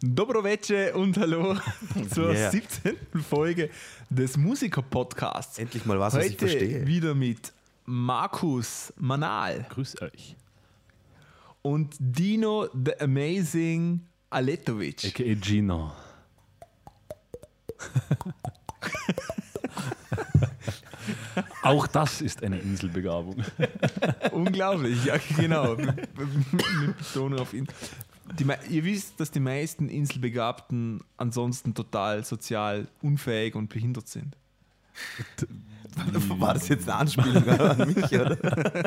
Dobro Večer und hallo zur Yeah. 17. Folge des Musiker-Podcasts. Endlich mal was ich Heute verstehe. wieder mit Markus Manal Grüß euch. und Dino the Amazing Aletovic. A.k.a. Gino. Auch das ist eine Inselbegabung. Unglaublich, ja genau. Mit Betonung auf ihn. Ihr wisst, dass die meisten Inselbegabten ansonsten total sozial unfähig und behindert sind. War das jetzt eine Anspielung an mich, oder?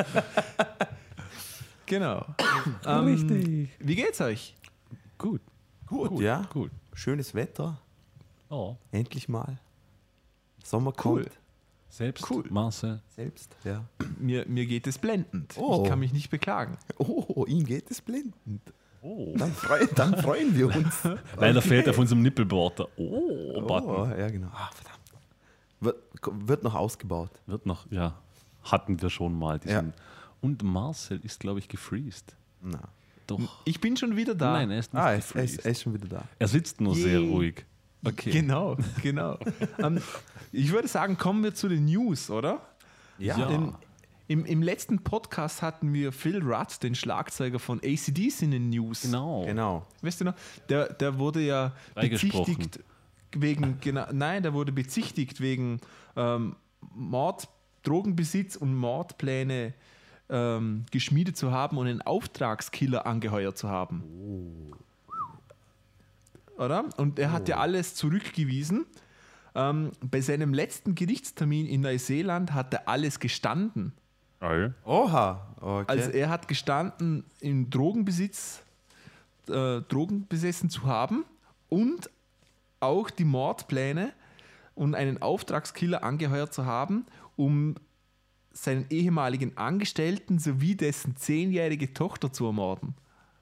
Genau. Richtig. Wie geht's euch? Gut. Gut, ja. Gut. Schönes Wetter. Oh, Endlich mal. Sommer Cool. kommt. selbst, Cool. Marcel. Selbst, ja. Mir geht es blendend. Oh. Ich kann mich nicht beklagen. Oh, ihm geht es blendend. Oh. Dann freuen wir uns. Leider fehlt auf unserem Nippelboard der Oh-Button. Oh, ja, genau. Ah, verdammt. Wird noch ausgebaut. Wird noch, ja, hatten wir schon mal. Ja. Und Marcel ist, glaube ich, gefreezed. Na. Doch. Ich bin schon wieder da. Nein, er ist nicht Er gefreezed. ist schon wieder da. Er sitzt nur Yay. sehr ruhig. Okay. Genau. Ich würde sagen, kommen wir zu den News, oder? Ja. Im letzten Podcast hatten wir Phil Rudd, den Schlagzeuger von AC/DC, in den News. Genau. Weißt du noch? Der wurde ja Freigesprochen. bezichtigt der wurde bezichtigt wegen Mord, Drogenbesitz und Mordpläne geschmiedet zu haben und einen Auftragskiller angeheuert zu haben. Oder? Und er hat ja alles zurückgewiesen. Bei seinem letzten Gerichtstermin in Neuseeland hat er alles gestanden. Oha. Okay. Also er hat gestanden, im Drogenbesitz Drogen besessen zu haben und auch die Mordpläne und einen Auftragskiller angeheuert zu haben, um seinen ehemaligen Angestellten sowie dessen 10-jährige Tochter zu ermorden.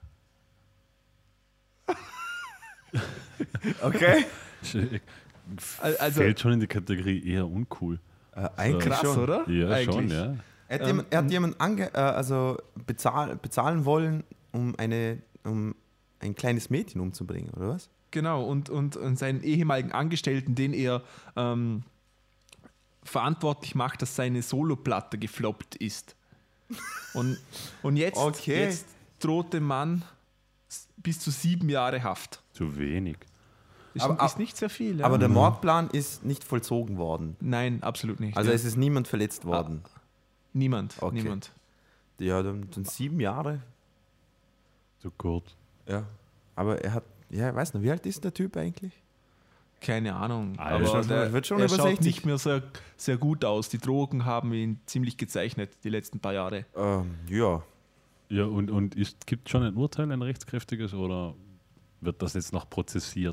Okay. Also Fällt schon in die Kategorie eher uncool. Eigentlich krass, schon. oder? Ja, Eigentlich. schon, ja. Er hat jemanden bezahlen wollen, um ein kleines Mädchen umzubringen, oder was? Genau, und seinen ehemaligen Angestellten, den er verantwortlich macht, dass seine Soloplatte gefloppt ist. Und jetzt, Okay. jetzt droht dem Mann bis zu 7 Jahre Haft. Zu wenig. Ist nicht sehr viel. Ja? Aber der Mordplan ist nicht vollzogen worden. Nein, absolut nicht. Also ja. es ist niemand verletzt worden. Niemand. Okay. Niemand. Ja, dann 7 Jahre. Zu kurz. Ja. Aber er hat, ja, ich weiß nicht, wie alt ist der Typ eigentlich? Keine Ahnung. Alter. Aber Wird schon er über schaut 60. nicht mehr sehr, sehr gut aus. Die Drogen haben ihn ziemlich gezeichnet, die letzten paar Jahre. Ja. Ja, und gibt schon ein Urteil, ein rechtskräftiges, oder wird das jetzt noch prozessiert?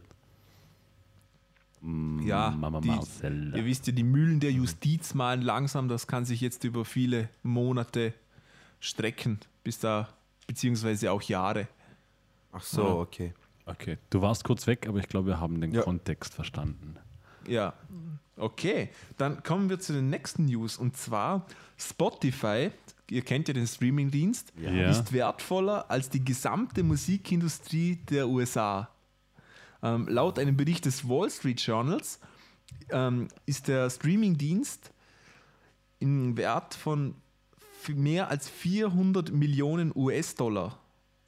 Ja, Mama Marcel. Ihr wisst ja, die Mühlen der Justiz malen langsam, das kann sich jetzt über viele Monate strecken, bis da, beziehungsweise auch Jahre. Ach so, Ja. okay. Okay, du warst kurz weg, aber ich glaube, wir haben den Ja. Kontext verstanden. Ja, okay. Dann kommen wir zu den nächsten News, und zwar Spotify, ihr kennt ja den Streamingdienst, Ja. ist wertvoller als die gesamte Musikindustrie der USA. Laut einem Bericht des Wall Street Journals ist der Streamingdienst im Wert von mehr als 400 Millionen US-Dollar.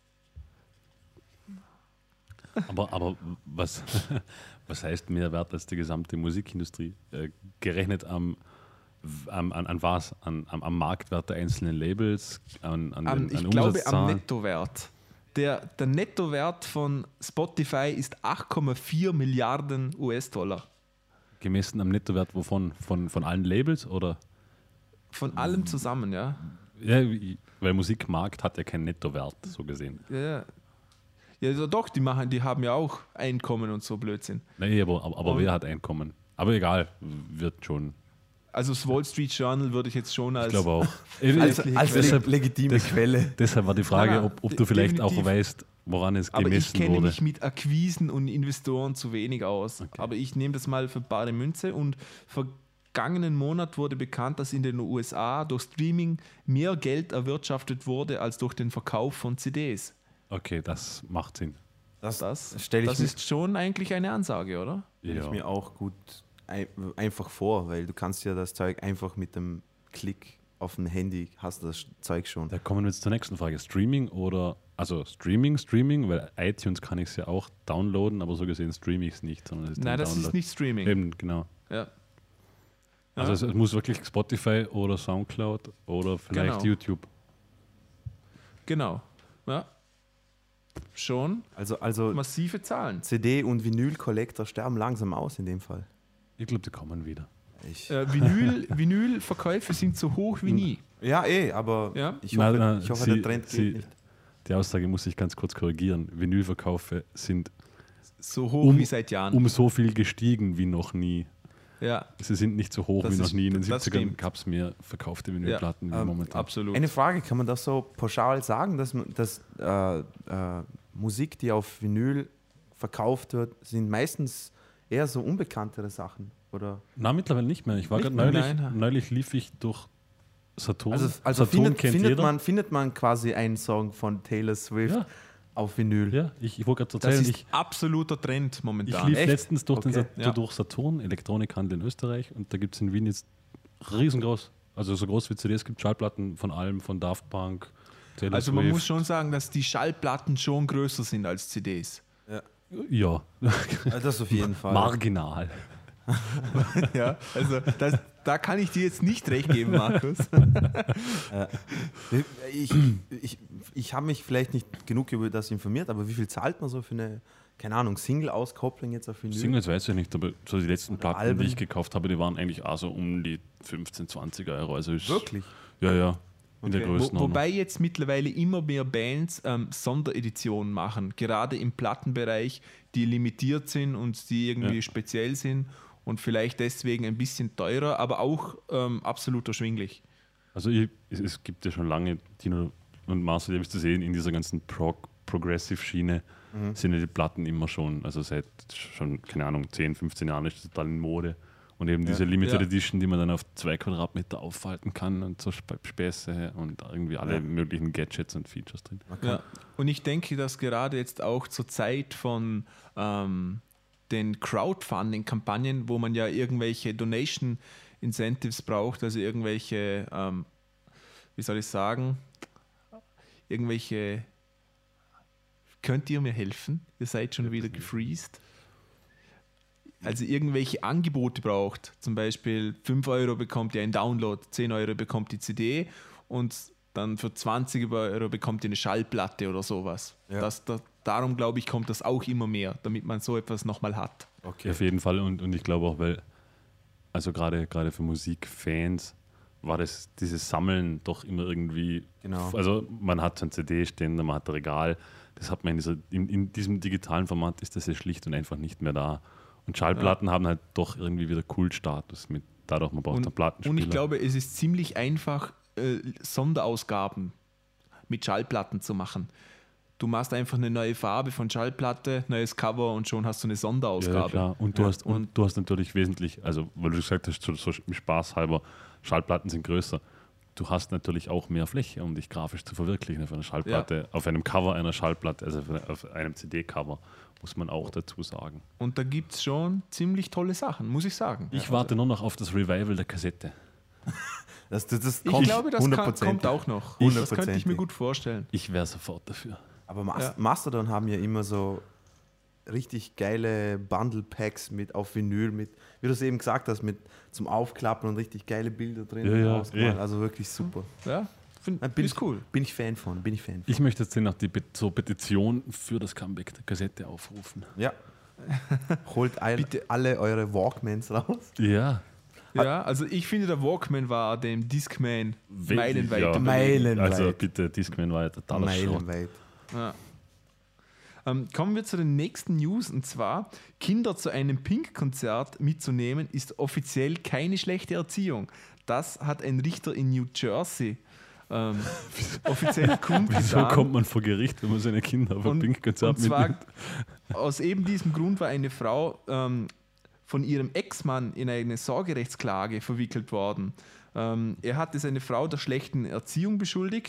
Aber was heißt mehr wert als die gesamte Musikindustrie? Gerechnet an was? Am Marktwert der einzelnen Labels? Ich glaube am Nettowert. Der Nettowert von Spotify ist 8,4 Milliarden US-Dollar. Gemessen am Nettowert wovon? Von allen Labels? Oder? Von allem zusammen, ja. Ja, weil Musikmarkt hat ja keinen Nettowert, so gesehen. Ja, doch, die haben ja auch Einkommen und so Blödsinn. Nee, aber wer hat Einkommen? Aber egal, wird schon. Also das Wall Street Journal würde ich jetzt schon Ich als... glaube auch. Als Deshalb- legitime Quelle. Deshalb war die Frage, Nein, ob du vielleicht definitiv. auch weißt, woran es Aber ich gemessen kenne wurde. mich mit Akquisen und Investoren zu wenig aus. Okay. Aber ich nehme das mal für bare Münze, und vergangenen Monat wurde bekannt, dass in den USA durch Streaming mehr Geld erwirtschaftet wurde als durch den Verkauf von CDs. Okay, das macht Sinn. Das stelle ich Das ist schon eigentlich eine Ansage, oder? stell ich mir auch gut einfach vor, weil du kannst ja das Zeug einfach mit dem Klick auf dem Handy, hast du das Zeug schon. Da kommen wir jetzt zur nächsten Frage. Streaming oder, also Streaming, weil iTunes kann ich es ja auch downloaden, aber so gesehen streame ich es nicht, sondern es ist Nein, ein das Download. ist nicht Streaming. Eben, genau. Ja. Also Ja. es muss wirklich Spotify oder Soundcloud oder vielleicht Genau. YouTube. Genau. Ja. Schon Also massive Zahlen. CD- und Vinyl-Kollektor sterben langsam aus in dem Fall. Ich glaube, die kommen wieder. Vinylverkäufe sind so hoch wie nie. Ja, aber Ja. ich hoffe, der Trend geht nicht. Die Aussage muss ich ganz kurz korrigieren. Vinylverkäufe sind So hoch wie seit Jahren. so viel gestiegen wie noch nie. Ja, Sie sind nicht so hoch Das wie noch ist- nie. In den das 70ern stimmt. gab es mehr verkaufte Vinylplatten wie momentan. absolut. Eine Frage, kann man das so pauschal sagen, dass Musik, die auf Vinyl verkauft wird, sind meistens eher so unbekanntere Sachen? Oder? Na, mittlerweile nicht mehr. Ich war Nicht gerade mehr, neulich, nein. neulich lief ich durch Saturn. Also Saturn findet man quasi einen Song von Taylor Swift Ja. auf Vinyl. Ja, ich wollte gerade Das erzählen, ist absoluter Trend ich momentan. lief Echt? letztens durch, Okay. Ja. durch Saturn, Elektronikhandel in Österreich, und da gibt es in Wien jetzt riesengroß, also so groß wie CDs gibt, Schallplatten von allem, von Daft Punk, Taylor Also man Swift. muss schon sagen, dass die Schallplatten schon größer sind als CDs. Ja, Das auf jeden Fall. marginal. Ja, also da kann ich dir jetzt nicht recht geben, Markus. Ich habe mich vielleicht nicht genug über das informiert, aber wie viel zahlt man so für eine, keine Ahnung, Single-Auskopplung jetzt auf Vinyl? Singles weiß ich nicht, aber so die letzten Platten, Alben? die ich gekauft habe, die waren eigentlich auch so um die 15, 20 Euro. Also ist, Wirklich? Ja, ja, in der Okay. Größenordnung. Wobei jetzt mittlerweile immer mehr Bands Sondereditionen machen, gerade im Plattenbereich, die limitiert sind und die irgendwie Ja. speziell sind und vielleicht deswegen ein bisschen teurer, aber auch absolut erschwinglich. Also es gibt ja schon lange, Tino und Marcel, ihr wisst zu sehen, in dieser ganzen Progressive-Schiene sind ja die Platten immer schon, also seit schon, keine Ahnung, 10, 15 Jahren ist das total in Mode. Und eben diese Limited Ja. Edition, die man dann auf 2 Quadratmeter aufhalten kann und so Späße und irgendwie alle möglichen Gadgets und Features drin. Ja. Und ich denke, dass gerade jetzt auch zur Zeit von den Crowdfunding-Kampagnen, wo man ja irgendwelche Donation-Incentives braucht, also irgendwelche, wie soll ich sagen, irgendwelche, könnt ihr mir helfen? Ihr seid schon wieder gefreezed. Also irgendwelche Angebote braucht, zum Beispiel 5 Euro bekommt ihr einen Download, 10 Euro bekommt die CD und dann für 20 Euro bekommt ihr eine Schallplatte oder sowas. Ja. Darum glaube ich, kommt das auch immer mehr, damit man so etwas nochmal hat. Okay. Auf jeden Fall und ich glaube auch, weil, also gerade für Musikfans war das dieses Sammeln doch immer irgendwie, Genau. also man hat so ein CD-Ständer, man hat ein Regal, das hat man in diesem digitalen Format ist das ja schlicht und einfach nicht mehr da. Und Schallplatten haben halt doch irgendwie wieder Kultstatus mit, dadurch man braucht einen Plattenspieler. Und ich glaube, es ist ziemlich einfach, Sonderausgaben mit Schallplatten zu machen. Du machst einfach eine neue Farbe von Schallplatte, neues Cover und schon hast du eine Sonderausgabe. Ja, klar. Und du hast natürlich wesentlich, also weil du gesagt hast, so Spaß halber, Schallplatten sind größer. Du hast natürlich auch mehr Fläche, um dich grafisch zu verwirklichen auf einer Schallplatte, auf einem Cover einer Schallplatte, also auf einem CD-Cover, muss man auch dazu sagen. Und da gibt es schon ziemlich tolle Sachen, muss ich sagen. Ich warte nur noch auf das Revival der Kassette. Das Ich kommt glaube, das 100%. kommt auch noch. Das könnte ich mir gut vorstellen. Ich wäre sofort dafür. Aber Ja. Mastodon haben ja immer so richtig geile Bundle-Packs mit auf Vinyl, mit, wie du es eben gesagt hast, mit zum Aufklappen und richtig geile Bilder drin. Ja, ausgemalt. ja. Also wirklich super. Ja, ist cool. Bin ich Fan von. Ich möchte jetzt noch die Petition für das Comeback der Kassette aufrufen. Ja. Holt Bitte. alle eure Walkmans raus. Ja. Ja, also ich finde, der Walkman war dem Discman meilenweit. Ja. überlegen. Meilenweit. Also bitte, Discman war ja totaler Schrott. Meilenweit. Ja. Kommen wir zu den nächsten News, und zwar: Kinder zu einem Pink-Konzert mitzunehmen, ist offiziell keine schlechte Erziehung. Das hat ein Richter in New Jersey offiziell kundgetan. Wieso kommt man vor Gericht, wenn man seine Kinder auf ein Pink-Konzert und zwar mitnimmt? aus eben diesem Grund war eine Frau von ihrem Ex-Mann in eine Sorgerechtsklage verwickelt worden. Er hatte seine Frau der schlechten Erziehung beschuldigt,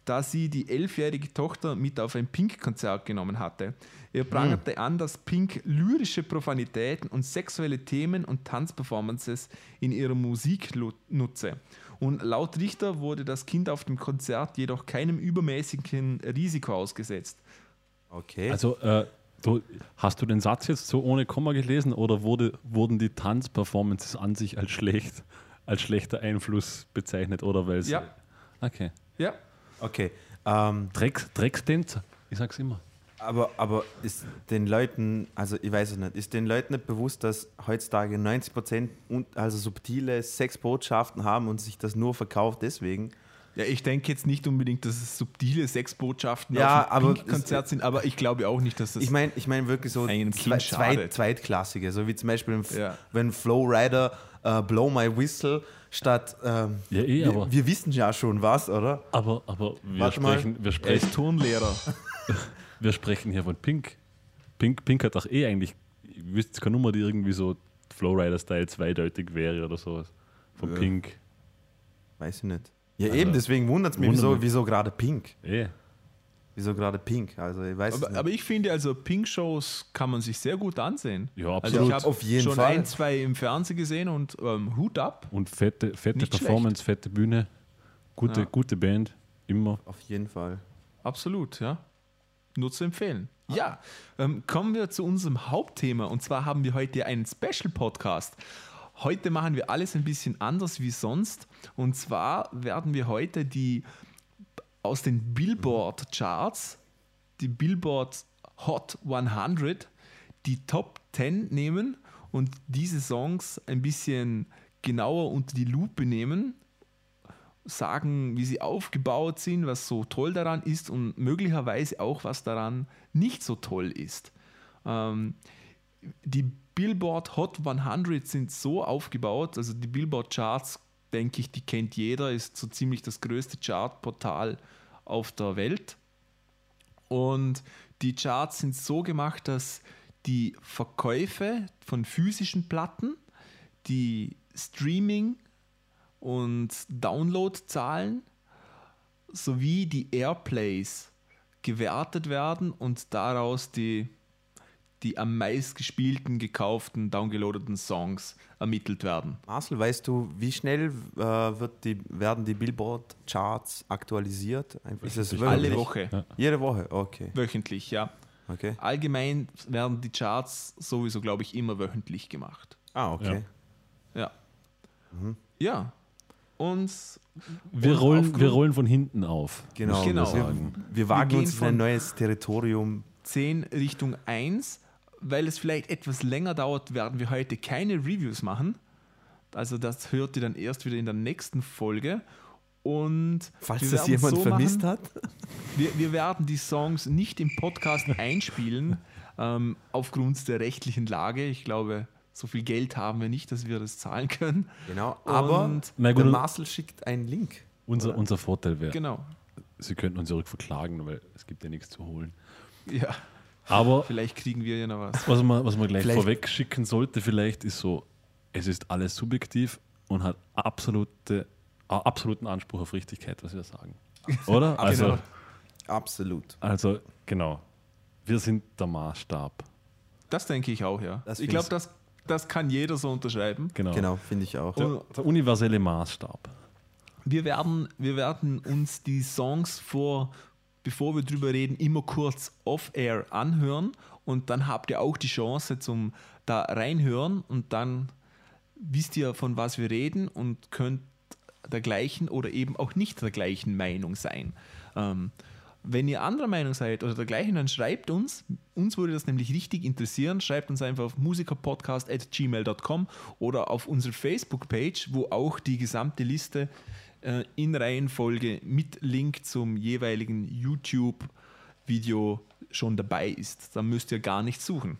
da sie die 11-jährige Tochter mit auf ein Pink-Konzert genommen hatte. Er prangerte an, dass Pink lyrische Profanitäten und sexuelle Themen und Tanzperformances in ihrer Musik nutze. Und laut Richter wurde das Kind auf dem Konzert jedoch keinem übermäßigen Risiko ausgesetzt. Okay. Also, hast du den Satz jetzt so ohne Komma gelesen oder wurden die Tanzperformances an sich als schlechter Einfluss bezeichnet oder weil es. Ja. Okay. Ja. Okay. Dreckstänzer, ich sag's immer. Aber ist den Leuten, also ich weiß es nicht, ist den Leuten nicht bewusst, dass heutzutage 90% also subtile Sexbotschaften haben und sich das nur verkauft deswegen? Ja, ich denke jetzt nicht unbedingt, dass es subtile Sexbotschaften Ja, auf dem aber Pink-Konzert sind, aber ich glaube auch nicht, dass das... Ich meine wirklich so einem Kind schadet. zweitklassige, so wie zum Beispiel Ja. wenn Flow Rider Blow My Whistle statt aber wir wissen ja schon was, oder? Aber wir Warte mal. Er ist Turnlehrer. wir sprechen hier von Pink. Pink hat doch eigentlich, ich wüsste jetzt keine Nummer, die irgendwie so Flowrider-Style zweideutig wäre oder sowas. Von Pink. Weiß ich nicht. Ja, Also, eben, deswegen wundert es mich, wieso gerade Pink? Wieso gerade Pink? Also ich weiß es nicht. Aber ich finde, also Pink-Shows kann man sich sehr gut ansehen. Ja, Also absolut. ich habe Auf jeden schon Fall. 1, 2 im Fernsehen gesehen und Hut ab. Und fette Nicht Performance, fette Bühne, gute Band, immer. Auf jeden Fall. Absolut, ja. Nur zu empfehlen. Ja, kommen wir zu unserem Hauptthema. Und zwar haben wir heute einen Special-Podcast. Heute machen wir alles ein bisschen anders wie sonst. Und zwar werden wir heute aus den Billboard-Charts, die Billboard Hot 100, die Top 10 nehmen und diese Songs ein bisschen genauer unter die Lupe nehmen, sagen, wie sie aufgebaut sind, was so toll daran ist und möglicherweise auch, was daran nicht so toll ist. Die Billboard Hot 100 sind so aufgebaut, also die Billboard Charts, denke ich, die kennt jeder, ist so ziemlich das größte Chartportal auf der Welt. Und die Charts sind so gemacht, dass die Verkäufe von physischen Platten, die Streaming- und Downloadzahlen sowie die Airplays gewertet werden und daraus die am meist gespielten, gekauften, downgeloadeten Songs ermittelt werden. Marcel, weißt du, wie schnell werden die Billboard-Charts aktualisiert? Ist das Alle wöchentlich? Woche, Ja. Jede Woche, okay. wöchentlich, ja. Okay. Allgemein werden die Charts sowieso, glaube ich, immer wöchentlich gemacht. Ah, okay. Ja. Ja. Und Wir rollen von hinten auf. Genau. Genau. Wir wagen gehen uns in ein von- neues Territorium. 10 Richtung 1. Weil es vielleicht etwas länger dauert, werden wir heute keine Reviews machen. Also das hört ihr dann erst wieder in der nächsten Folge. Und Falls wir das werden jemand so vermisst machen, hat. wir werden die Songs nicht im Podcast einspielen, aufgrund der rechtlichen Lage. Ich glaube, so viel Geld haben wir nicht, dass wir das zahlen können. Genau, aber Und- Na der gut, Marcel schickt einen Link. unser Vorteil wäre, Genau. Sie könnten uns ja verklagen, weil es gibt ja nichts zu holen. Ja, Aber vielleicht kriegen wir ja noch was. was man gleich Vielleicht- vorweg schicken sollte, vielleicht ist so, es ist alles subjektiv und hat absoluten Anspruch auf Richtigkeit, was wir sagen. Oder? Genau. Absolut. Also, genau. Wir sind der Maßstab. Das denke ich auch, ja. Das Ich glaube, das kann jeder so unterschreiben. Genau, finde ich auch. Der universelle Maßstab. Wir werden uns die Songs bevor wir drüber reden, immer kurz off-air anhören und dann habt ihr auch die Chance zum da reinhören und dann wisst ihr, von was wir reden und könnt der gleichen oder eben auch nicht der gleichen Meinung sein. Wenn ihr anderer Meinung seid oder der gleichen, dann schreibt uns. Uns würde das nämlich richtig interessieren. Schreibt uns einfach auf musikerpodcast@gmail.com oder auf unsere Facebook-Page, wo auch die gesamte Liste in Reihenfolge mit Link zum jeweiligen YouTube-Video schon dabei ist. Da müsst ihr gar nicht suchen.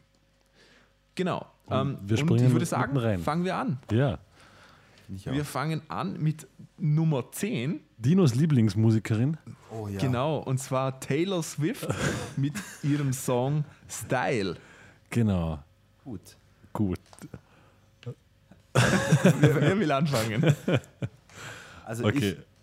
Genau. wir und springen ich würde sagen, mitten rein. fangen wir an. Ja. Finde ich auch. Wir fangen an mit Nummer 10. Dinos Lieblingsmusikerin. Oh ja. Genau, und zwar Taylor Swift mit ihrem Song Style. Genau. Gut. Gut. Wer will anfangen? Also Okay.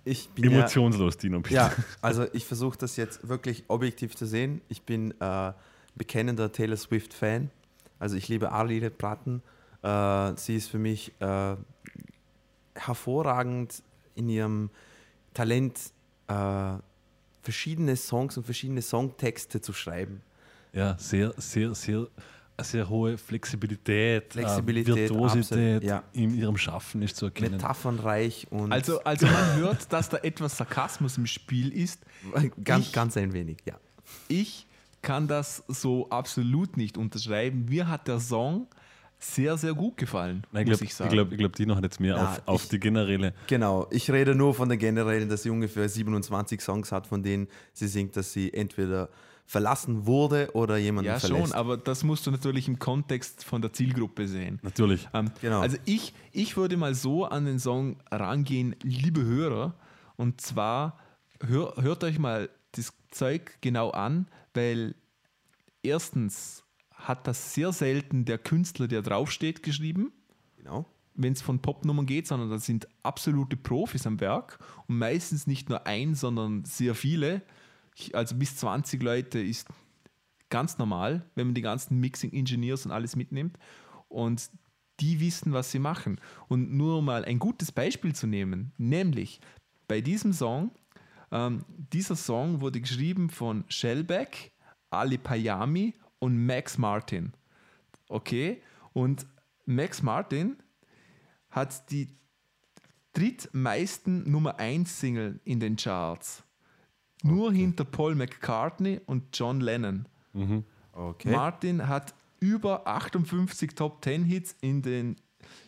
ich bin Emotionslos, Dino, bitte. Ja, also ich versuche das jetzt wirklich objektiv zu sehen. Ich bin bekennender Taylor Swift-Fan. Also ich liebe alle ihre Platten. Sie ist für mich hervorragend in ihrem Talent, verschiedene Songs und verschiedene Songtexte zu schreiben. Ja, sehr hohe Flexibilität, absolut, Virtuosität ja. in ihrem Schaffen ist zu erkennen. Metaphernreich und Also man hört, dass da etwas Sarkasmus im Spiel ist. ganz ein wenig, ja. Ich kann das so absolut nicht unterschreiben. Mir hat der Song sehr, sehr gut gefallen, Nein, muss ich sagen. Ich glaube, Dino hat jetzt mehr auf die generelle. Genau, ich rede nur von der generellen, dass sie ungefähr 27 Songs hat, von denen sie singt, dass sie entweder verlassen wurde oder jemanden verlässt. Ja, schon, aber das musst du natürlich im Kontext von der Zielgruppe sehen. Natürlich. Genau. Also ich würde mal so an den Song rangehen, liebe Hörer, und zwar hört euch mal das Zeug genau an, weil erstens hat das sehr selten der Künstler, der draufsteht, geschrieben, Genau. wenn es von Popnummern geht, sondern das sind absolute Profis am Werk und meistens nicht nur ein, sondern sehr viele. Also bis 20 Leute ist ganz normal, wenn man die ganzen Mixing-Engineers und alles mitnimmt. Und die wissen, was sie machen. Und nur mal ein gutes Beispiel zu nehmen, nämlich bei diesem Song, dieser Song wurde geschrieben von Shellback, Ali Payami und Max Martin. Okay? Und Max Martin hat die drittmeisten Nummer 1 Single in den Charts. Nur hinter Paul McCartney und John Lennon. Okay. Martin hat über 58 Top 10 Hits in den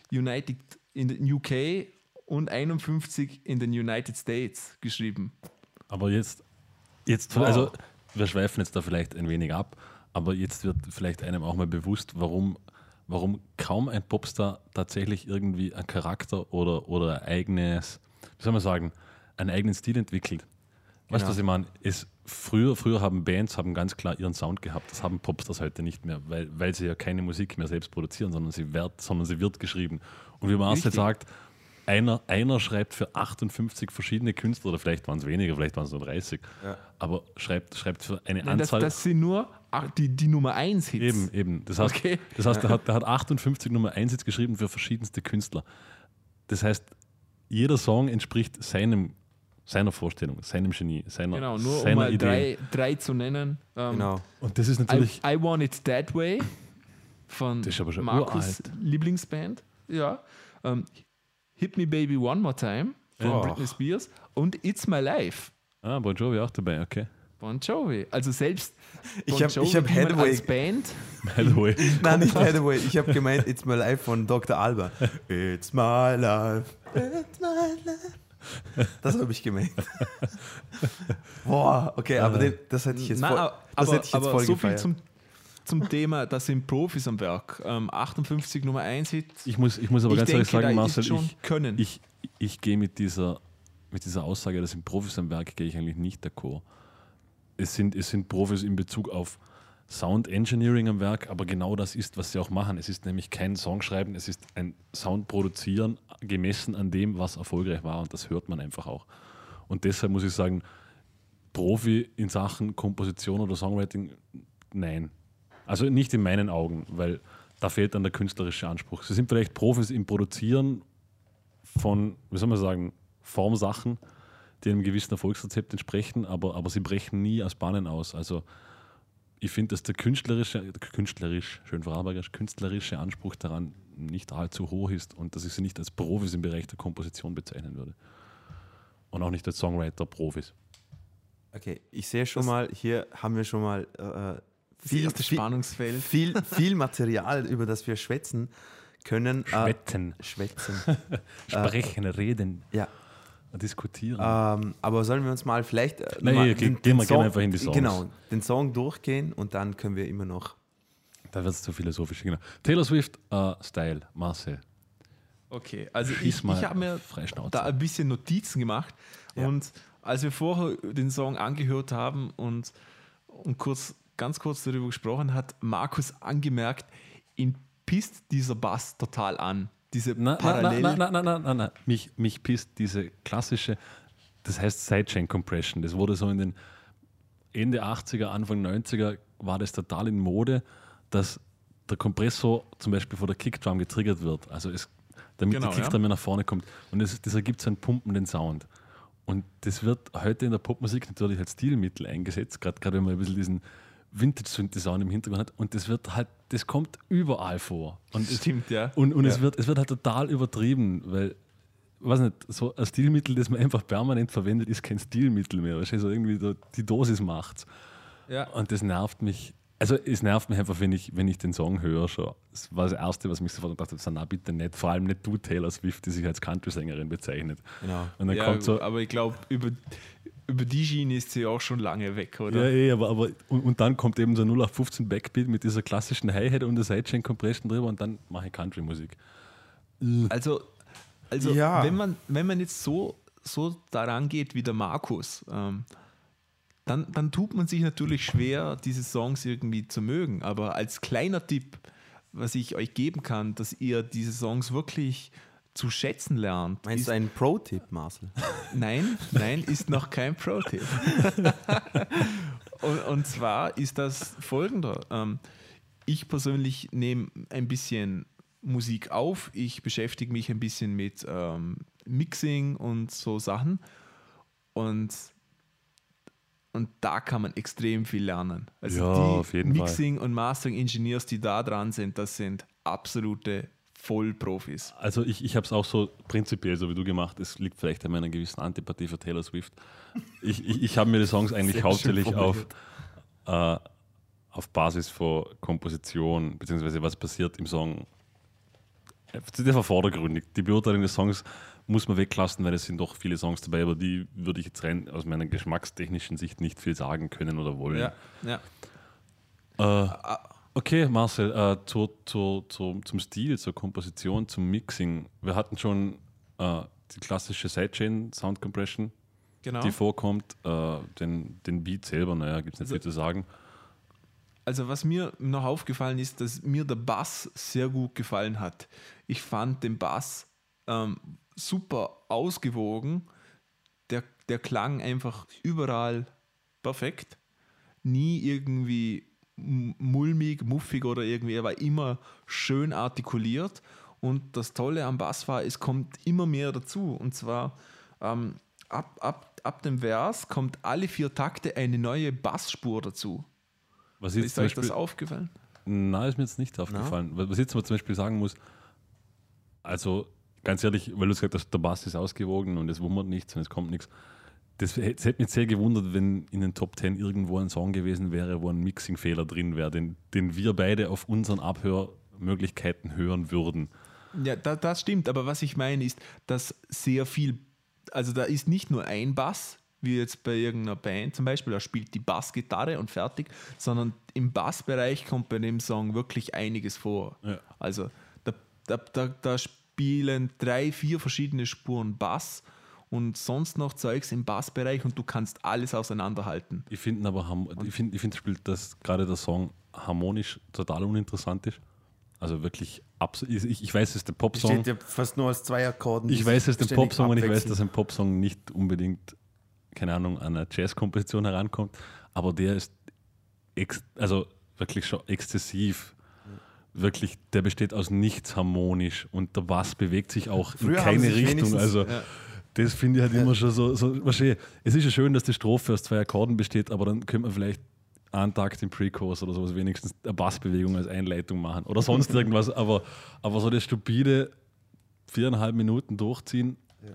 UK und 51 in den United States geschrieben. Aber jetzt Wow. also wir schweifen jetzt da vielleicht ein wenig ab, aber jetzt wird vielleicht einem auch mal bewusst, warum kaum ein Popstar tatsächlich irgendwie einen Charakter oder ein eigenes, wie soll man sagen, einen eigenen Stil entwickelt. Weißt du, was ich meine? Früher haben Bands ganz klar ihren Sound gehabt. Das haben Popstars heute nicht mehr, weil sie ja keine Musik mehr selbst produzieren, sondern sie wird geschrieben. Und wie Marcel sagt, einer schreibt für 58 verschiedene Künstler, oder vielleicht waren es weniger, vielleicht waren es nur 30, aber schreibt für eine Anzahl. Das sind nur die Nummer 1 Hits. Eben. Das heißt, der hat 58 Nummer 1 Hits geschrieben für verschiedenste Künstler. Das heißt, jeder Song entspricht seiner Vorstellung, seinem Genie, Genau, nur seiner um mal Idee. drei zu nennen. Genau. Und das ist natürlich. I Want It That Way von Das ist aber schon Markus' uralt. Lieblingsband. Ja. Hit Me Baby One More Time von Oh. Britney Spears und It's My Life. Bon Jovi auch dabei, okay. Bon Jovi. Also selbst Ich Bon hab Jovi, die man Hathaway- als Band. By the way. Nein, nicht Hathaway. Ich habe gemeint, It's My Life von Dr. Alba. It's my life. It's my life. Das habe ich gemeint. Boah, okay, aber das hätte ich jetzt voll so viel gefeiert. zum Thema, das sind Profis am Werk. 58 Nummer 1 Hits. Ich muss aber ganz ehrlich sagen, Marcel, können. ich gehe mit dieser Aussage, das sind Profis am Werk, gehe ich eigentlich nicht d'accord. Es sind Profis in Bezug auf Sound Engineering am Werk, aber genau das ist, was sie auch machen. Es ist nämlich kein Songschreiben, es ist ein Sound produzieren, gemessen an dem, was erfolgreich war, und das hört man einfach auch. Und deshalb muss ich sagen, Profi in Sachen Komposition oder Songwriting, nein. Also nicht in meinen Augen, weil da fehlt dann der künstlerische Anspruch. Sie sind vielleicht Profis im Produzieren von, wie soll man sagen, Formsachen, die einem gewissen Erfolgsrezept entsprechen, aber sie brechen nie aus Bahnen aus. Also ich finde, dass der künstlerische Anspruch daran nicht allzu hoch ist und dass ich sie nicht als Profis im Bereich der Komposition bezeichnen würde. Und auch nicht als Songwriter-Profis. Okay, ich sehe schon mal, hier haben wir schon mal das erste Spannungsfeld. viel Material, über das wir schwätzen können. Schwätzen. Sprechen, reden, Ja. diskutieren. Aber sollen wir uns mal vielleicht gehen wir einfach in die Songs. Genau, den Song durchgehen und dann können wir immer noch. Da wird es zu philosophisch. Genau. Taylor Swift, Style, Marcel. Okay, also Schieß ich mal habe mir frei Schnauze. da ein bisschen Notizen gemacht und als wir vorher den Song angehört haben und ganz kurz darüber gesprochen, hat Markus angemerkt, ihn pisst dieser Bass total an. Diese Parallel. Nein. Mich pisst diese klassische das heißt Sidechain Compression. Das wurde so in den Ende 80er, Anfang 90er war das total in Mode, dass der Kompressor zum Beispiel vor der Kickdrum getriggert wird. Also damit Genau, die Kickdrum mehr nach vorne kommt. Und das ergibt so einen pumpenden Sound. Und das wird heute in der Popmusik natürlich als Stilmittel eingesetzt, gerade wenn man ein bisschen diesen Vintage-Synthi-Sound im Hintergrund hat. Und das kommt überall vor. Und Stimmt, ja. Und Ja. es wird halt total übertrieben, weil, weiß nicht, so ein Stilmittel, das man einfach permanent verwendet, ist kein Stilmittel mehr. Weißt du? Also irgendwie die Dosis macht's. Ja. Und das nervt mich. Also es nervt mich einfach, wenn ich den Song höre schon. Das war das Erste, was mich sofort gedacht hat, na bitte nicht. Vor allem nicht du, Taylor Swift, die sich als Country-Sängerin bezeichnet. Genau. Und dann Ja, kommt so, aber ich glaube, über die Schiene ist sie auch schon lange weg, oder? ja, aber und dann kommt eben so 0815 Backbeat mit dieser klassischen Hi-Hat und der Sidechain Compression drüber und dann mache ich Country-Musik. Also Ja. wenn man jetzt so daran geht wie der Markus, dann tut man sich natürlich schwer, diese Songs irgendwie zu mögen. Aber als kleiner Tipp, was ich euch geben kann, dass ihr diese Songs wirklich zu schätzen lernt. Meinst du einen Pro-Tipp, Marcel? Nein, ist noch kein Pro-Tipp. und zwar ist das folgender. Ich persönlich nehme ein bisschen Musik auf. Ich beschäftige mich ein bisschen mit Mixing und so Sachen. Und da kann man extrem viel lernen. Also Ja, die auf jeden Fall. Mixing- und Mastering-Engineers, die da dran sind, das sind absolute Vollprofis. Also ich habe es auch so prinzipiell, so wie du gemacht. Es liegt vielleicht an meiner gewissen Antipathie für Taylor Swift. Ich habe mir die Songs eigentlich Sehr hauptsächlich schön auf Basis von Komposition, beziehungsweise was passiert im Song. Das war vordergründig. Die Beurteilung des Songs muss man weglassen, weil es sind doch viele Songs dabei, aber die würde ich jetzt rein aus meiner geschmackstechnischen Sicht nicht viel sagen können oder wollen. Ja. Okay, Marcel, zum Stil, zur Komposition, zum Mixing. Wir hatten schon die klassische Sidechain Sound Compression, Genau. die vorkommt. Den Beat selber, naja, gibt es nicht viel zu sagen. Also was mir noch aufgefallen ist, dass mir der Bass sehr gut gefallen hat. Ich fand den Bass super ausgewogen. Der klang einfach überall perfekt. Nie irgendwie mulmig, muffig oder irgendwie. Er war immer schön artikuliert. Und das Tolle am Bass war, es kommt immer mehr dazu. Und zwar ab dem Vers kommt alle 4 Takte eine neue Bassspur dazu. Was Ist euch das aufgefallen? Nein, ist mir jetzt nicht aufgefallen. Was jetzt aber zum Beispiel sagen muss, also ganz ehrlich, weil du gesagt hast, der Bass ist ausgewogen und es wummert nichts und es kommt nichts. Das hätte mich sehr gewundert, wenn in den Top 10 irgendwo ein Song gewesen wäre, wo ein Mixing-Fehler drin wäre, den wir beide auf unseren Abhörmöglichkeiten hören würden. Ja, das stimmt, aber was ich meine ist, dass sehr viel, also da ist nicht nur ein Bass, wie jetzt bei irgendeiner Band zum Beispiel, da spielt die Bassgitarre und fertig, sondern im Bassbereich kommt bei dem Song wirklich einiges vor. Ja. Also da spielen 3, 4 verschiedene Spuren Bass und sonst noch Zeugs im Bassbereich und du kannst alles auseinanderhalten. Ich finde aber, ich finde, spielt das gerade der Song harmonisch total uninteressant ist. Also wirklich absolut. Ich weiß, es ist der Popsong. Steht ja fast nur aus 2 Akkorden. Ich weiß, es ist ein ständig Popsong und ich weiß, abwechseln. dass ein Popsong nicht unbedingt, keine Ahnung, an eine Jazzkomposition herankommt, aber der ist also wirklich schon exzessiv. Wirklich, der besteht aus nichts harmonisch und der Bass bewegt sich auch Früher in haben keine sich Richtung. wenigstens- Also Ja. das finde ich halt immer schon so es ist ja schön, dass die Strophe aus 2 Akkorden besteht, aber dann könnte man vielleicht einen Takt im Pre-Chorus oder sowas wenigstens eine Bassbewegung als Einleitung machen oder sonst irgendwas, aber so das stupide 4,5 Minuten durchziehen.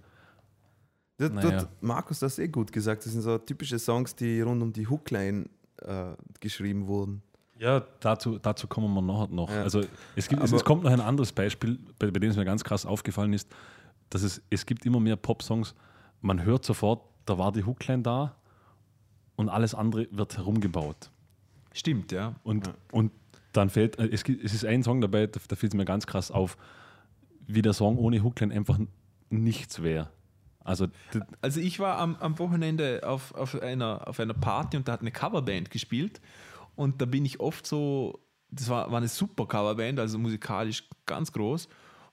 Naja. Markus, das ist gut gesagt. Das sind so typische Songs, die rund um die Hookline geschrieben wurden. Ja, dazu kommen wir nachher noch. Ja. Also es kommt noch ein anderes Beispiel, bei dem es mir ganz krass aufgefallen ist, dass es gibt immer mehr Popsongs, man hört sofort, da war die Hookline da und alles andere wird herumgebaut. Stimmt, ja. Und dann fällt, es ist ein Song dabei, da fällt es mir ganz krass auf, wie der Song ohne Hookline einfach nichts wäre. Also Ich war am Wochenende auf einer Party und da hat eine Coverband gespielt und da bin ich oft so, das war eine super Coverband, also musikalisch ganz groß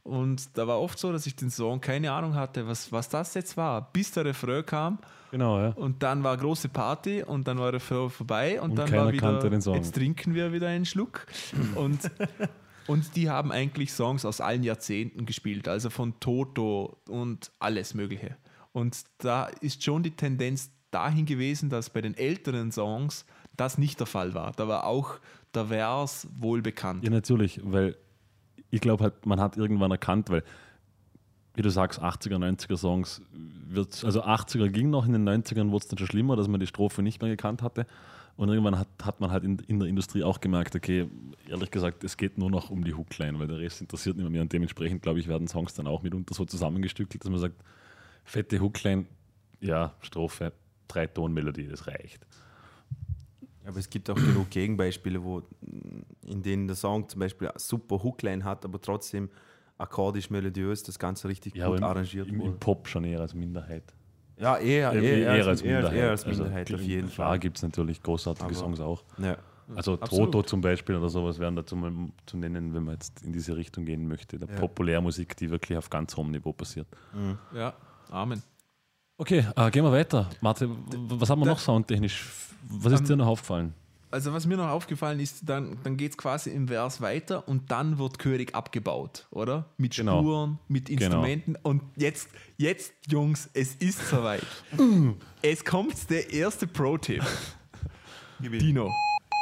Und da war oft so, dass ich den Song keine Ahnung hatte, was das jetzt war, bis der Refrain kam. Genau, ja. Und dann war große Party und dann war der Refrain vorbei und dann keiner war wieder, kannte den Song. jetzt trinken wir wieder einen Schluck. Und die haben eigentlich Songs aus allen Jahrzehnten gespielt, also von Toto und alles Mögliche. Und da ist schon die Tendenz dahin gewesen, dass bei den älteren Songs das nicht der Fall war. Da war auch der Vers wohl bekannt. Ja, natürlich, weil ich glaube halt, man hat irgendwann erkannt, weil, wie du sagst, 80er, 90er Songs, also 80er ging noch, in den 90ern wurde es dann schon schlimmer, dass man die Strophe nicht mehr gekannt hatte. Und irgendwann hat man halt in der Industrie auch gemerkt, okay, ehrlich gesagt, es geht nur noch um die Hookline, weil der Rest interessiert nicht mehr. Und dementsprechend, glaube ich, werden Songs dann auch mitunter so zusammengestückelt, dass man sagt, fette Hookline, ja, Strophe, 3-Ton-Melodie, das reicht. Aber es gibt auch genug Gegenbeispiele, in denen der Song zum Beispiel eine super Hookline hat, aber trotzdem akkordisch melodiös das Ganze richtig Ja, gut arrangiert im wurde. Pop schon eher als Minderheit. Ja, eher als Minderheit, Also, auf jeden klar Fall. gibt es natürlich großartige Aber- Songs auch. Ja. Also Absolut. Toto zum Beispiel oder sowas wären dazu mal zu nennen, wenn man jetzt in diese Richtung gehen möchte. Der Ja. Populärmusik, die wirklich auf ganz hohem Niveau passiert. Ja, Amen. Okay, gehen wir weiter. Martin, was haben wir noch soundtechnisch? Was ist dir noch aufgefallen? Also was mir noch aufgefallen ist, dann geht es quasi im Vers weiter und dann wird Körig abgebaut, oder? Mit Genau. Spuren, mit Instrumenten. Und jetzt, Jungs, es ist soweit. Es kommt der erste Pro-Tipp. Dino.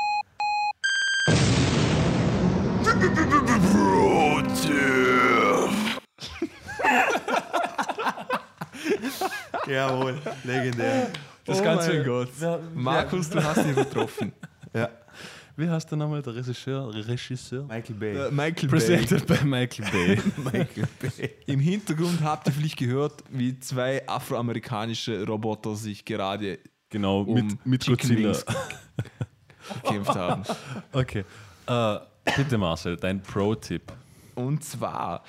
Jawohl, legendär. Das Oh Ganze mein in Gott. Markus, du hast ihn übertroffen. Ja. Wie heißt der nochmal, der Regisseur? Michael Bay. Michael Bay. Presented by Michael Bay. Michael Bay. Im Hintergrund habt ihr vielleicht gehört, wie zwei afroamerikanische Roboter sich gerade Genau, um mit Chicken Godzilla. Wings gekämpft haben. Okay. Bitte Marcel, dein Pro-Tipp. Und zwar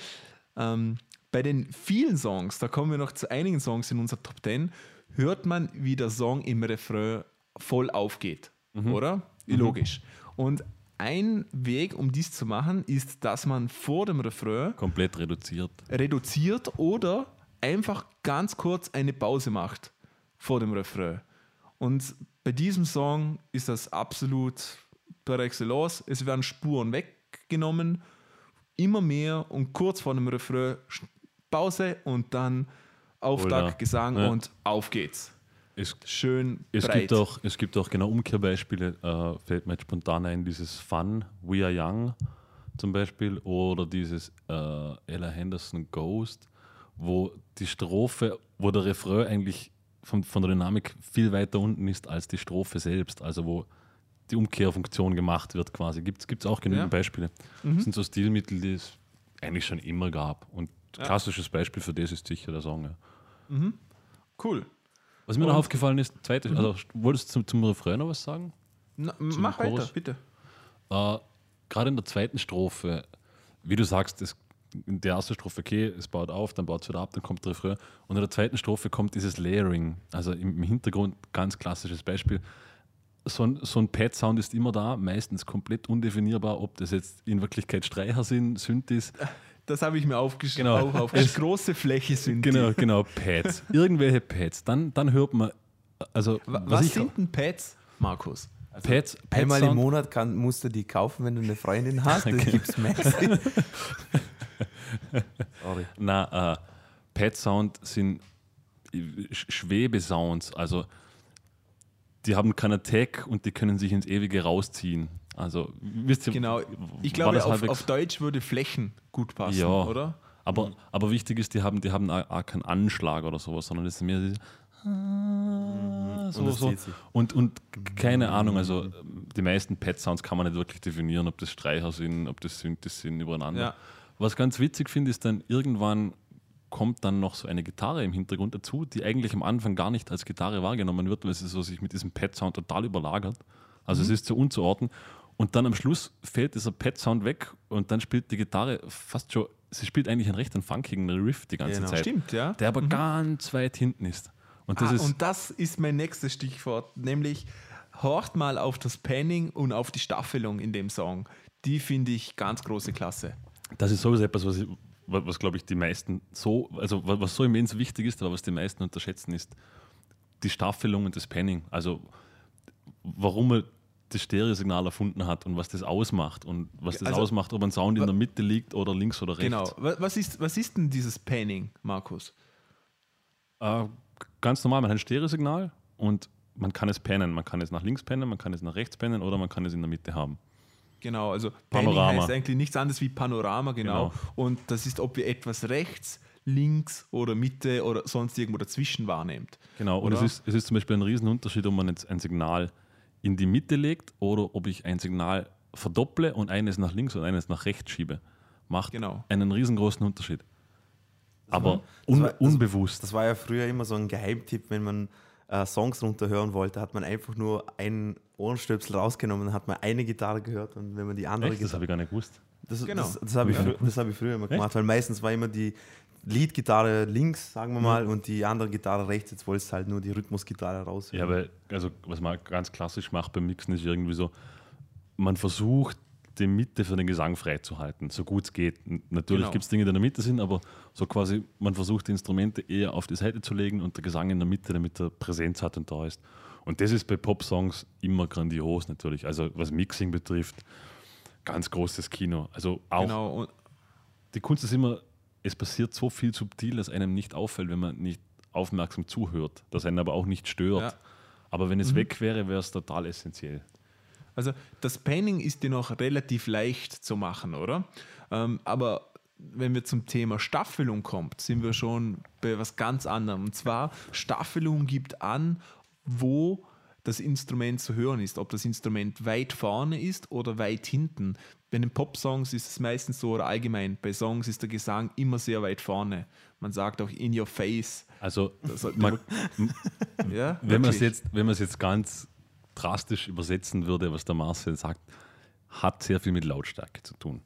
bei den vielen Songs, da kommen wir noch zu einigen Songs in unserer Top 10, hört man, wie der Song im Refrain voll aufgeht. Oder? Logisch. Und ein Weg, um dies zu machen, ist, dass man vor dem Refrain Komplett reduziert. oder einfach ganz kurz eine Pause macht vor dem Refrain. Und bei diesem Song ist das absolut par excellence. Es werden Spuren weggenommen, immer mehr und kurz vor dem Refrain Pause und dann Auftakt, Oder- Gesang ja. und auf geht's. Es, Schön es, breit. gibt auch genau Umkehrbeispiele, fällt mir jetzt spontan ein, dieses Fun, We Are Young zum Beispiel, oder dieses Ella Henderson Ghost, wo die Strophe, wo der Refrain eigentlich von der Dynamik viel weiter unten ist als die Strophe selbst, also wo die Umkehrfunktion gemacht wird quasi. Gibt es auch genügend Ja. Beispiele. Das sind so Stilmittel, die es eigentlich schon immer gab. Und klassisches Beispiel für das ist sicher der Song. Ja. Cool. Was mir noch Und- aufgefallen ist, also wolltest du zum Refrain noch was sagen? Na, mach weiter, Chorus. bitte. Gerade in der zweiten Strophe, wie du sagst, in der ersten Strophe, okay, es baut auf, dann baut es wieder ab, dann kommt der Refrain. Und in der zweiten Strophe kommt dieses Layering. Also im Hintergrund, ganz klassisches Beispiel. So ein Pad-Sound ist immer da, meistens komplett undefinierbar, ob das jetzt in Wirklichkeit Streicher sind, Synthes. Das habe ich mir aufgeschrieben. Genau. Auch aufgeschrieben. Große Fläche sind Genau, Pads. Irgendwelche Pads. Dann hört man, also Was sind denn Pads, Markus? Pads Einmal Sound- im Monat musst du die kaufen, wenn du eine Freundin hast. Das gibt's Maxi. Sorry. Na, Pad-Sound sind Schwebesounds, also die haben keinen Attack und die können sich ins Ewige rausziehen. Also, wisst ihr, Genau. Ich war glaube, das halbwegs- auf Deutsch würde Flächen gut passen, Ja. oder? aber wichtig ist, die haben auch keinen Anschlag oder sowas, sondern das ist mehr dieses Und das zieht sich. und keine Ahnung, also die meisten Pad-Sounds kann man nicht wirklich definieren, ob das Streicher sind, ob das Synthes sind übereinander. Ja. Was ganz witzig finde, ist dann irgendwann kommt dann noch so eine Gitarre im Hintergrund dazu, die eigentlich am Anfang gar nicht als Gitarre wahrgenommen wird, weil sie so sich mit diesem Pad-Sound total überlagert. Also es ist so unzuordnen. Und dann am Schluss fällt dieser Pad-Sound weg und dann spielt die Gitarre fast schon, sie spielt eigentlich einen recht funkigen Riff die ganze Genau. Zeit, Stimmt, ja. der aber ganz weit hinten ist. Und das ist Und das ist mein nächstes Stichwort, nämlich horcht mal auf das Panning und auf die Staffelung in dem Song. Die finde ich ganz große Klasse. Das ist sowieso etwas, was was glaube ich die meisten so, also was so immens wichtig ist, aber was die meisten unterschätzen, ist die Staffelung und das Panning. Also warum er das Stereosignal erfunden hat und was das ausmacht und was das ausmacht, ob ein Sound in der Mitte liegt oder links oder rechts. Genau. Was ist denn dieses Panning, Markus? Ganz normal, man hat ein Stereosignal und man kann es pannen. Man kann es nach links pannen, man kann es nach rechts pannen oder man kann es in der Mitte haben. Genau, also Panorama. Panning heißt eigentlich nichts anderes wie Panorama, genau. Und das ist, ob wir etwas rechts, links oder Mitte oder sonst irgendwo dazwischen wahrnimmt. Genau, und es ist zum Beispiel ein Riesenunterschied, ob man jetzt ein Signal in die Mitte legt oder ob ich ein Signal verdopple und eines nach links und eines nach rechts schiebe. Macht einen riesengroßen Unterschied. Aber unbewusst. Das war ja früher immer so ein Geheimtipp, wenn man Songs runterhören wollte, hat man einfach nur einen Ohrenstöpsel rausgenommen und hat man eine Gitarre gehört und wenn man die andere Echt? Das habe ich gar nicht gewusst. Das habe ich früher immer gemacht, weil meistens war immer die Lead-Gitarre links, sagen wir mal, und die andere Gitarre rechts. Jetzt wolltest du halt nur die Rhythmusgitarre raushören. Ja, weil, also was man ganz klassisch macht beim Mixen ist irgendwie so, man versucht die Mitte für den Gesang freizuhalten, so gut es geht. Natürlich gibt es Dinge, die in der Mitte sind, aber so quasi, man versucht die Instrumente eher auf die Seite zu legen und der Gesang in der Mitte, damit er Präsenz hat und da ist. Und das ist bei Pop-Songs immer grandios natürlich. Also was Mixing betrifft, ganz großes Kino. Also auch die Kunst ist immer, es passiert so viel subtil, dass einem nicht auffällt, wenn man nicht aufmerksam zuhört, dass einen aber auch nicht stört. Ja. Aber wenn es weg wäre, wäre es total essentiell. Also das Panning ist ja noch relativ leicht zu machen, oder? Aber wenn wir zum Thema Staffelung kommen, sind wir schon bei was ganz anderem. Und zwar, Staffelung gibt an, wo das Instrument zu hören ist. Ob das Instrument weit vorne ist oder weit hinten. Bei den Pop-Songs ist es meistens so, oder allgemein, bei Songs ist der Gesang immer sehr weit vorne. Man sagt auch in your face. Also, wenn man es jetzt ganz drastisch übersetzen würde, was der Marcel sagt, hat sehr viel mit Lautstärke zu tun.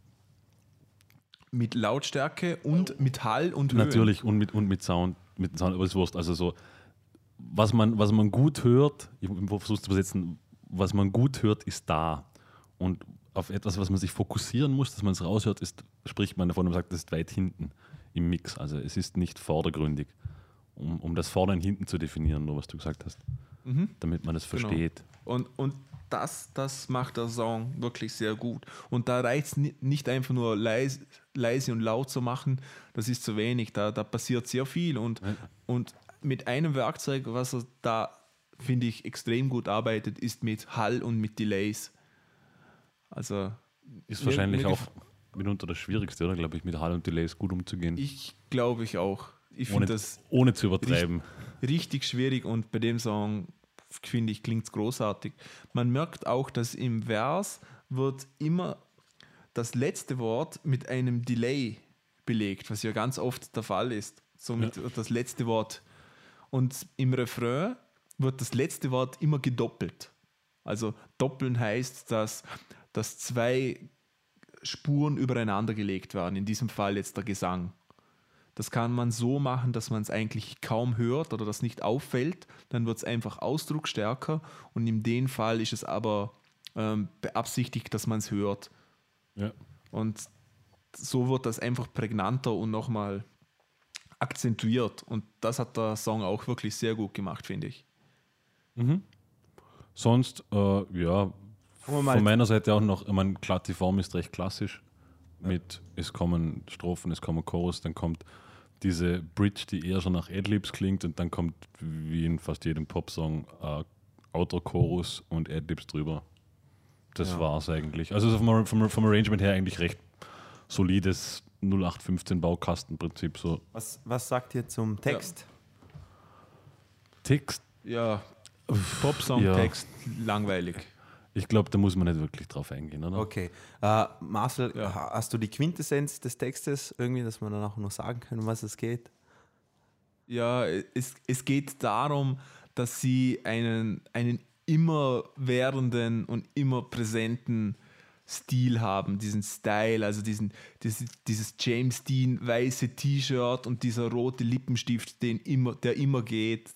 Mit Lautstärke und mit Hall und Höhe. Natürlich, und mit Sound, aber ist wurscht. Also so, was man gut hört, ich versuche es zu übersetzen, was man gut hört, ist da. Und auf etwas, was man sich fokussieren muss, dass man es raushört, spricht man davon und sagt, das ist weit hinten im Mix. Also es ist nicht vordergründig, um das Vorne und Hinten zu definieren, nur was du gesagt hast, damit man es versteht. Und das macht der Song wirklich sehr gut. Und da reicht es nicht einfach nur leise und laut zu machen, das ist zu wenig, da passiert sehr viel. Und mit einem Werkzeug, was er da, finde ich, extrem gut arbeitet, ist mit Hall und mit Delays. Also ist wahrscheinlich auch mitunter das Schwierigste, oder? Glaube ich, mit Hall und Delays gut umzugehen. Ich glaube ich auch. Ich finde das ohne zu übertreiben. Richtig schwierig und bei dem Song, finde ich, klingt es großartig. Man merkt auch, dass im Vers wird immer das letzte Wort mit einem Delay belegt, was ja ganz oft der Fall ist. Somit wird das letzte Wort. Und im Refrain wird das letzte Wort immer gedoppelt. Also doppeln heißt, dass zwei Spuren übereinander gelegt werden. In diesem Fall jetzt der Gesang. Das kann man so machen, dass man es eigentlich kaum hört oder das nicht auffällt. Dann wird es einfach ausdrucksstärker und in dem Fall ist es aber beabsichtigt, dass man es hört. Ja. Und so wird das einfach prägnanter und nochmal akzentuiert. Und das hat der Song auch wirklich sehr gut gemacht, finde ich. Sonst, von meiner Seite auch noch, klar, die Form ist recht klassisch. Mit, es kommen Strophen, es kommen Chorus, dann kommt diese Bridge, die eher schon nach Adlibs klingt und dann kommt, wie in fast jedem Popsong, Outro-Chorus und Adlibs drüber. Das war's eigentlich. Also vom Arrangement her eigentlich recht solides 0815 Baukastenprinzip. So. Was sagt ihr zum Text? Text? Ja, Popsong-Text, langweilig. Ich glaube, da muss man nicht wirklich drauf eingehen, oder? Okay. Marcel, hast du die Quintessenz des Textes irgendwie, dass wir dann auch noch sagen können, um was es geht? Ja, es geht darum, dass sie einen immerwährenden und immer präsenten Stil haben, diesen Style, also dieses James Dean weiße T-Shirt und dieser rote Lippenstift, der immer geht,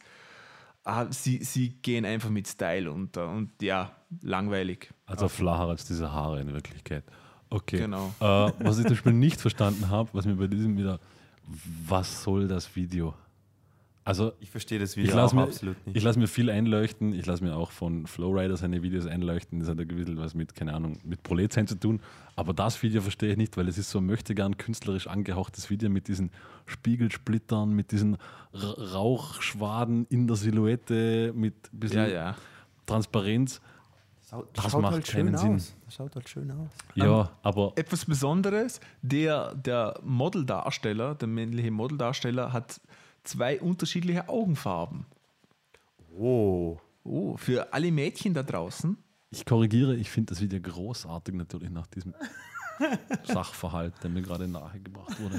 sie gehen einfach mit Style unter und ja, langweilig. Also flacher als diese Haare in Wirklichkeit. Okay. Genau. Was ich zum Beispiel nicht verstanden habe, was mir bei diesem wieder, was soll das Video? Also Ich verstehe das ich Video lasse auch mir, absolut nicht. ich lass mir viel einleuchten, ich lasse mir auch von Flowrider seine Videos einleuchten, das hat ein bisschen was mit, keine Ahnung, mit Proletsein zu tun, aber das Video verstehe ich nicht, weil es ist so möchtegern künstlerisch angehauchtes Video mit diesen Spiegelsplittern, mit diesen Rauchschwaden in der Silhouette, mit ein bisschen Ja. Transparenz. Das macht keinen Sinn. Das schaut halt schön aus. Ja, aber Etwas Besonderes, der Modeldarsteller, der männliche Modeldarsteller, hat 2 unterschiedliche Augenfarben. Oh. Oh, für alle Mädchen da draußen. ich korrigiere, ich finde das Video großartig natürlich nach diesem Sachverhalt, der mir gerade nahegebracht wurde.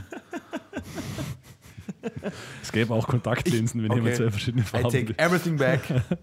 Es gäbe auch Kontaktlinsen, wenn jemand 2 verschiedene I Farben take everything back.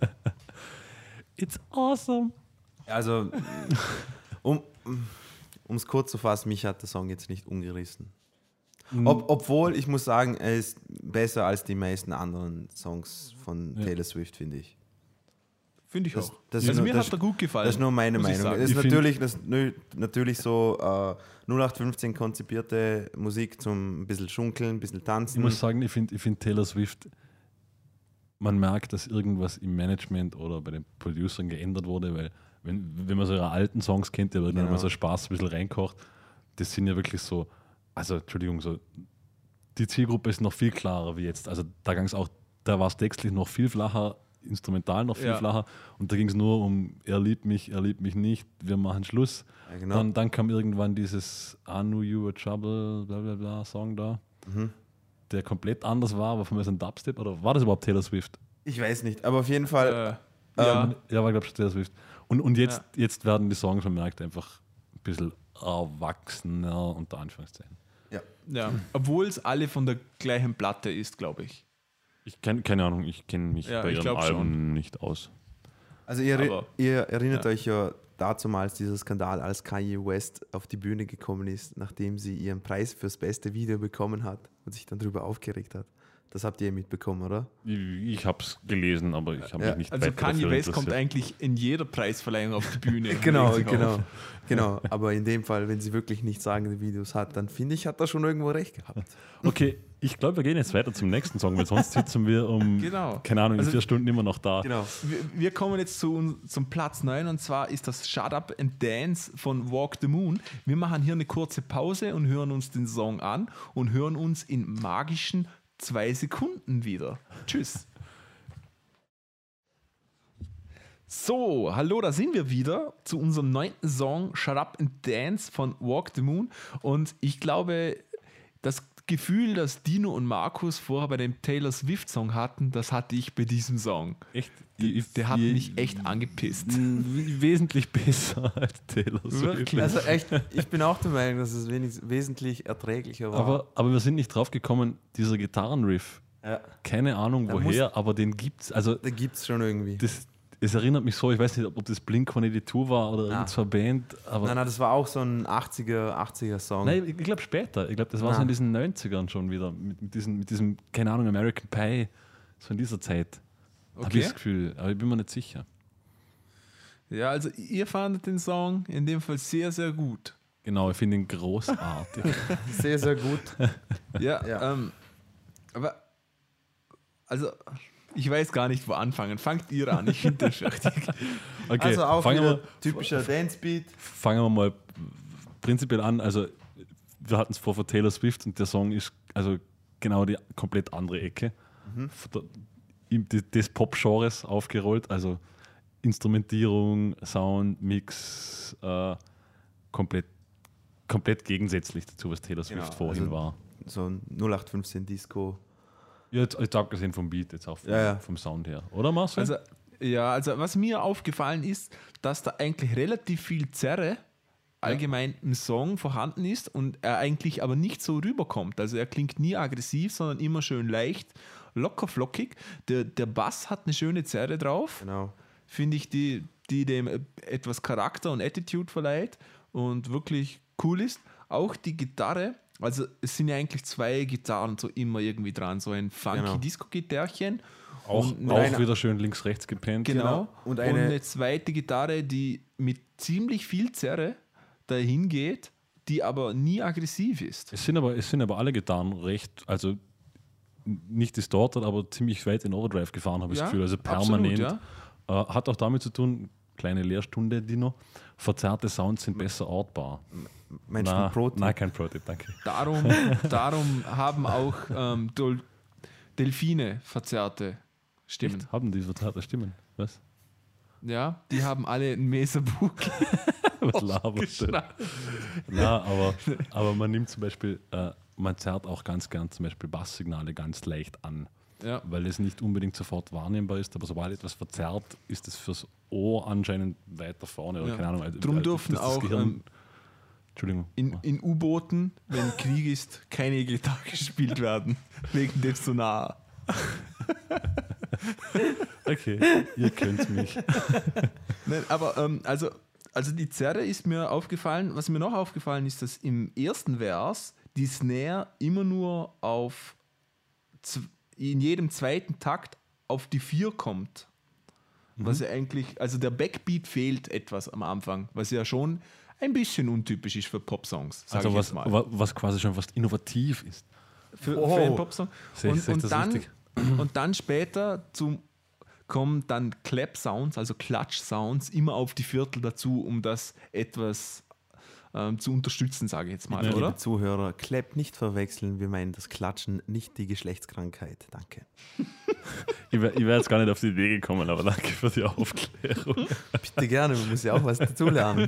It's awesome. Also, um es kurz zu fassen, mich hat der Song jetzt nicht umgerissen. Obwohl, ich muss sagen, er ist besser als die meisten anderen Songs von Taylor Swift, finde ich. Finde ich Das- auch. das ist Also nur- mir das- hat er gut gefallen. Das ist nur meine muss ich Meinung. sagen. Es ist Ich natürlich so 0815 konzipierte Musik zum ein bisschen schunkeln, ein bisschen Ich tanzen. muss sagen, ich find Taylor Swift, man merkt, dass irgendwas im Management oder bei den Producern geändert wurde, weil wenn man so ihre alten Songs kennt, da wird dann Genau. immer so Spaß ein bisschen reinkocht. Das sind ja wirklich so, also Entschuldigung, so die Zielgruppe ist noch viel klarer wie jetzt. Also da war es textlich noch viel flacher, instrumental noch viel Ja. flacher und da ging es nur um er liebt mich nicht, wir machen Schluss. Ja, genau. Dann kam irgendwann dieses I Knew You Were Trouble, bla bla bla Song da, der komplett anders war, aber von mir so ein Dubstep, oder war das überhaupt Taylor Swift? Ich weiß nicht, aber auf jeden Fall. Ja, Ja, war glaube ich Taylor Swift. Und jetzt werden die Songs, man merkt, einfach ein bisschen erwachsener, unter Anführungszeichen. ja. Obwohl es alle von der gleichen Platte ist, glaube ich. Ich kenne keine Ahnung, ich kenne mich Ja, bei ich ihrem glaub Album schon. nicht aus. Also Aber- ihr erinnert euch ja dazumals dieser Skandal, als Kanye West auf die Bühne gekommen ist, nachdem sie ihren Preis fürs beste Video bekommen hat und sich dann darüber aufgeregt hat. Das habt ihr mitbekommen, oder? Ich habe es gelesen, aber ich habe Ja. mich nicht Also weiter Kanye dafür West kommt interessiert. eigentlich in jeder Preisverleihung auf die Bühne. Genau, Regt sich auf. genau. Aber in dem Fall, wenn sie wirklich nichtssagende Videos hat, dann finde ich, hat er schon irgendwo recht gehabt. Okay, ich glaube, wir gehen jetzt weiter zum nächsten Song, weil sonst sitzen wir Genau. keine Ahnung, in Also- 4 Stunden immer noch da. Genau. Wir kommen jetzt zum Platz 9 und zwar ist das Shut Up and Dance von Walk the Moon. Wir machen hier eine kurze Pause und hören uns den Song an und hören uns in magischen 2 Sekunden wieder. Tschüss. So, hallo, da sind wir wieder zu unserem 9. Song Shut Up and Dance von Walk the Moon und ich glaube, das Gefühl, das Dino und Markus vorher bei dem Taylor Swift Song hatten, das hatte ich bei diesem Song. Echt? Der hat mich echt angepisst. Wesentlich besser als Taylor Swift. Wirklich? Also echt, ich bin auch der Meinung, dass es wesentlich erträglicher war. Aber wir sind nicht drauf gekommen, dieser Gitarrenriff. Ja, Keine Ahnung Da woher, aber den gibt's. Also da gibt es schon irgendwie. es erinnert mich so, ich weiß nicht, ob das Blink-182 war oder Na. irgendeine so eine Band, aber Nein, das war auch so ein 80er Song. nein, ich glaube später. Ich glaube, das war Na. so in diesen 90ern schon wieder, mit diesem, keine Ahnung, American Pie, so in dieser Zeit. Habe Okay. ich das Gefühl, aber ich bin mir nicht sicher. Ja, also ihr fandet den Song in dem Fall sehr, sehr gut. Genau, ich finde ihn großartig. Sehr, sehr gut. Ja, Ja. Aber also ich weiß gar nicht, wo anfangen. Fangt ihr an, ich finde das fertig. Okay, Also auch fangen wieder wir, typischer Dancebeat. fangen wir mal prinzipiell an. Also, wir hatten es vor von Taylor Swift und der Song ist also genau die komplett andere Ecke des Pop-Genres aufgerollt. Also Instrumentierung, Sound, Mix, komplett gegensätzlich dazu, was Taylor Swift Genau, vorhin also- war. So ein 0815 Disco. Ja, jetzt abgesehen vom Beat, jetzt auch vom Sound her. Oder Marcel? Also was mir aufgefallen ist, dass da eigentlich relativ viel Zerre allgemein im Song vorhanden ist und er eigentlich aber nicht so rüberkommt. Also er klingt nie aggressiv, sondern immer schön leicht, locker flockig. Der Bass hat eine schöne Zerre drauf, Genau. finde ich, die dem etwas Charakter und Attitude verleiht und wirklich cool ist. Auch die Gitarre, also es sind ja eigentlich 2 Gitarren so immer irgendwie dran, so ein funky Genau. Disco-Gitarrchen. auch und auch wieder schön links-rechts gepennt. Genau. Und Und eine- eine zweite Gitarre, die mit ziemlich viel Zerre dahin geht die aber nie aggressiv ist. Es sind aber alle Gitarren recht, also nicht distorted, aber ziemlich weit in Overdrive gefahren, habe ich das Gefühl. Also permanent. Absolut, Hat auch damit zu tun, kleine Lehrstunde, Dino, verzerrte Sounds sind besser ortbar. Meinst du Pro-Tipp? Nein, kein Pro-Tipp, danke. Darum haben auch Delfine verzerrte Stimmen. Echt? Haben die verzerrte Stimmen? Was? Ja, die haben alle einen Mesabug. Was labert du? Na, aber man nimmt zum Beispiel, man zerrt auch ganz gern zum Beispiel Basssignale ganz leicht an. Ja. Weil es nicht unbedingt sofort wahrnehmbar ist, aber sobald etwas verzerrt, ist es fürs Ohr anscheinend weiter vorne oder keine Ahnung. Also, Drum dürfen das auch Entschuldigung. in U-Booten, wenn Krieg ist, keine Gitarre gespielt werden, wegen dem Sonar. Okay, ihr könnt mich. Nein, aber also die Zerre ist mir aufgefallen. Was mir noch aufgefallen ist, dass im ersten Vers die Snare immer nur in jedem zweiten Takt auf die 4 kommt. Was ja eigentlich, also der Backbeat fehlt etwas am Anfang, was ja schon ein bisschen untypisch ist für Popsongs. Also was quasi schon fast innovativ ist. Für einen Popsong. Und Und dann später kommen dann Clap-Sounds, also Klatsch-Sounds, immer auf die Viertel dazu, um das etwas zu unterstützen, sage ich jetzt mal, oder? Liebe Zuhörer, Clap nicht verwechseln, wir meinen das Klatschen, nicht die Geschlechtskrankheit. Danke. Ich wäre jetzt gar nicht auf die Idee gekommen, aber danke für die Aufklärung. Bitte gerne, man muss ja auch was dazulernen.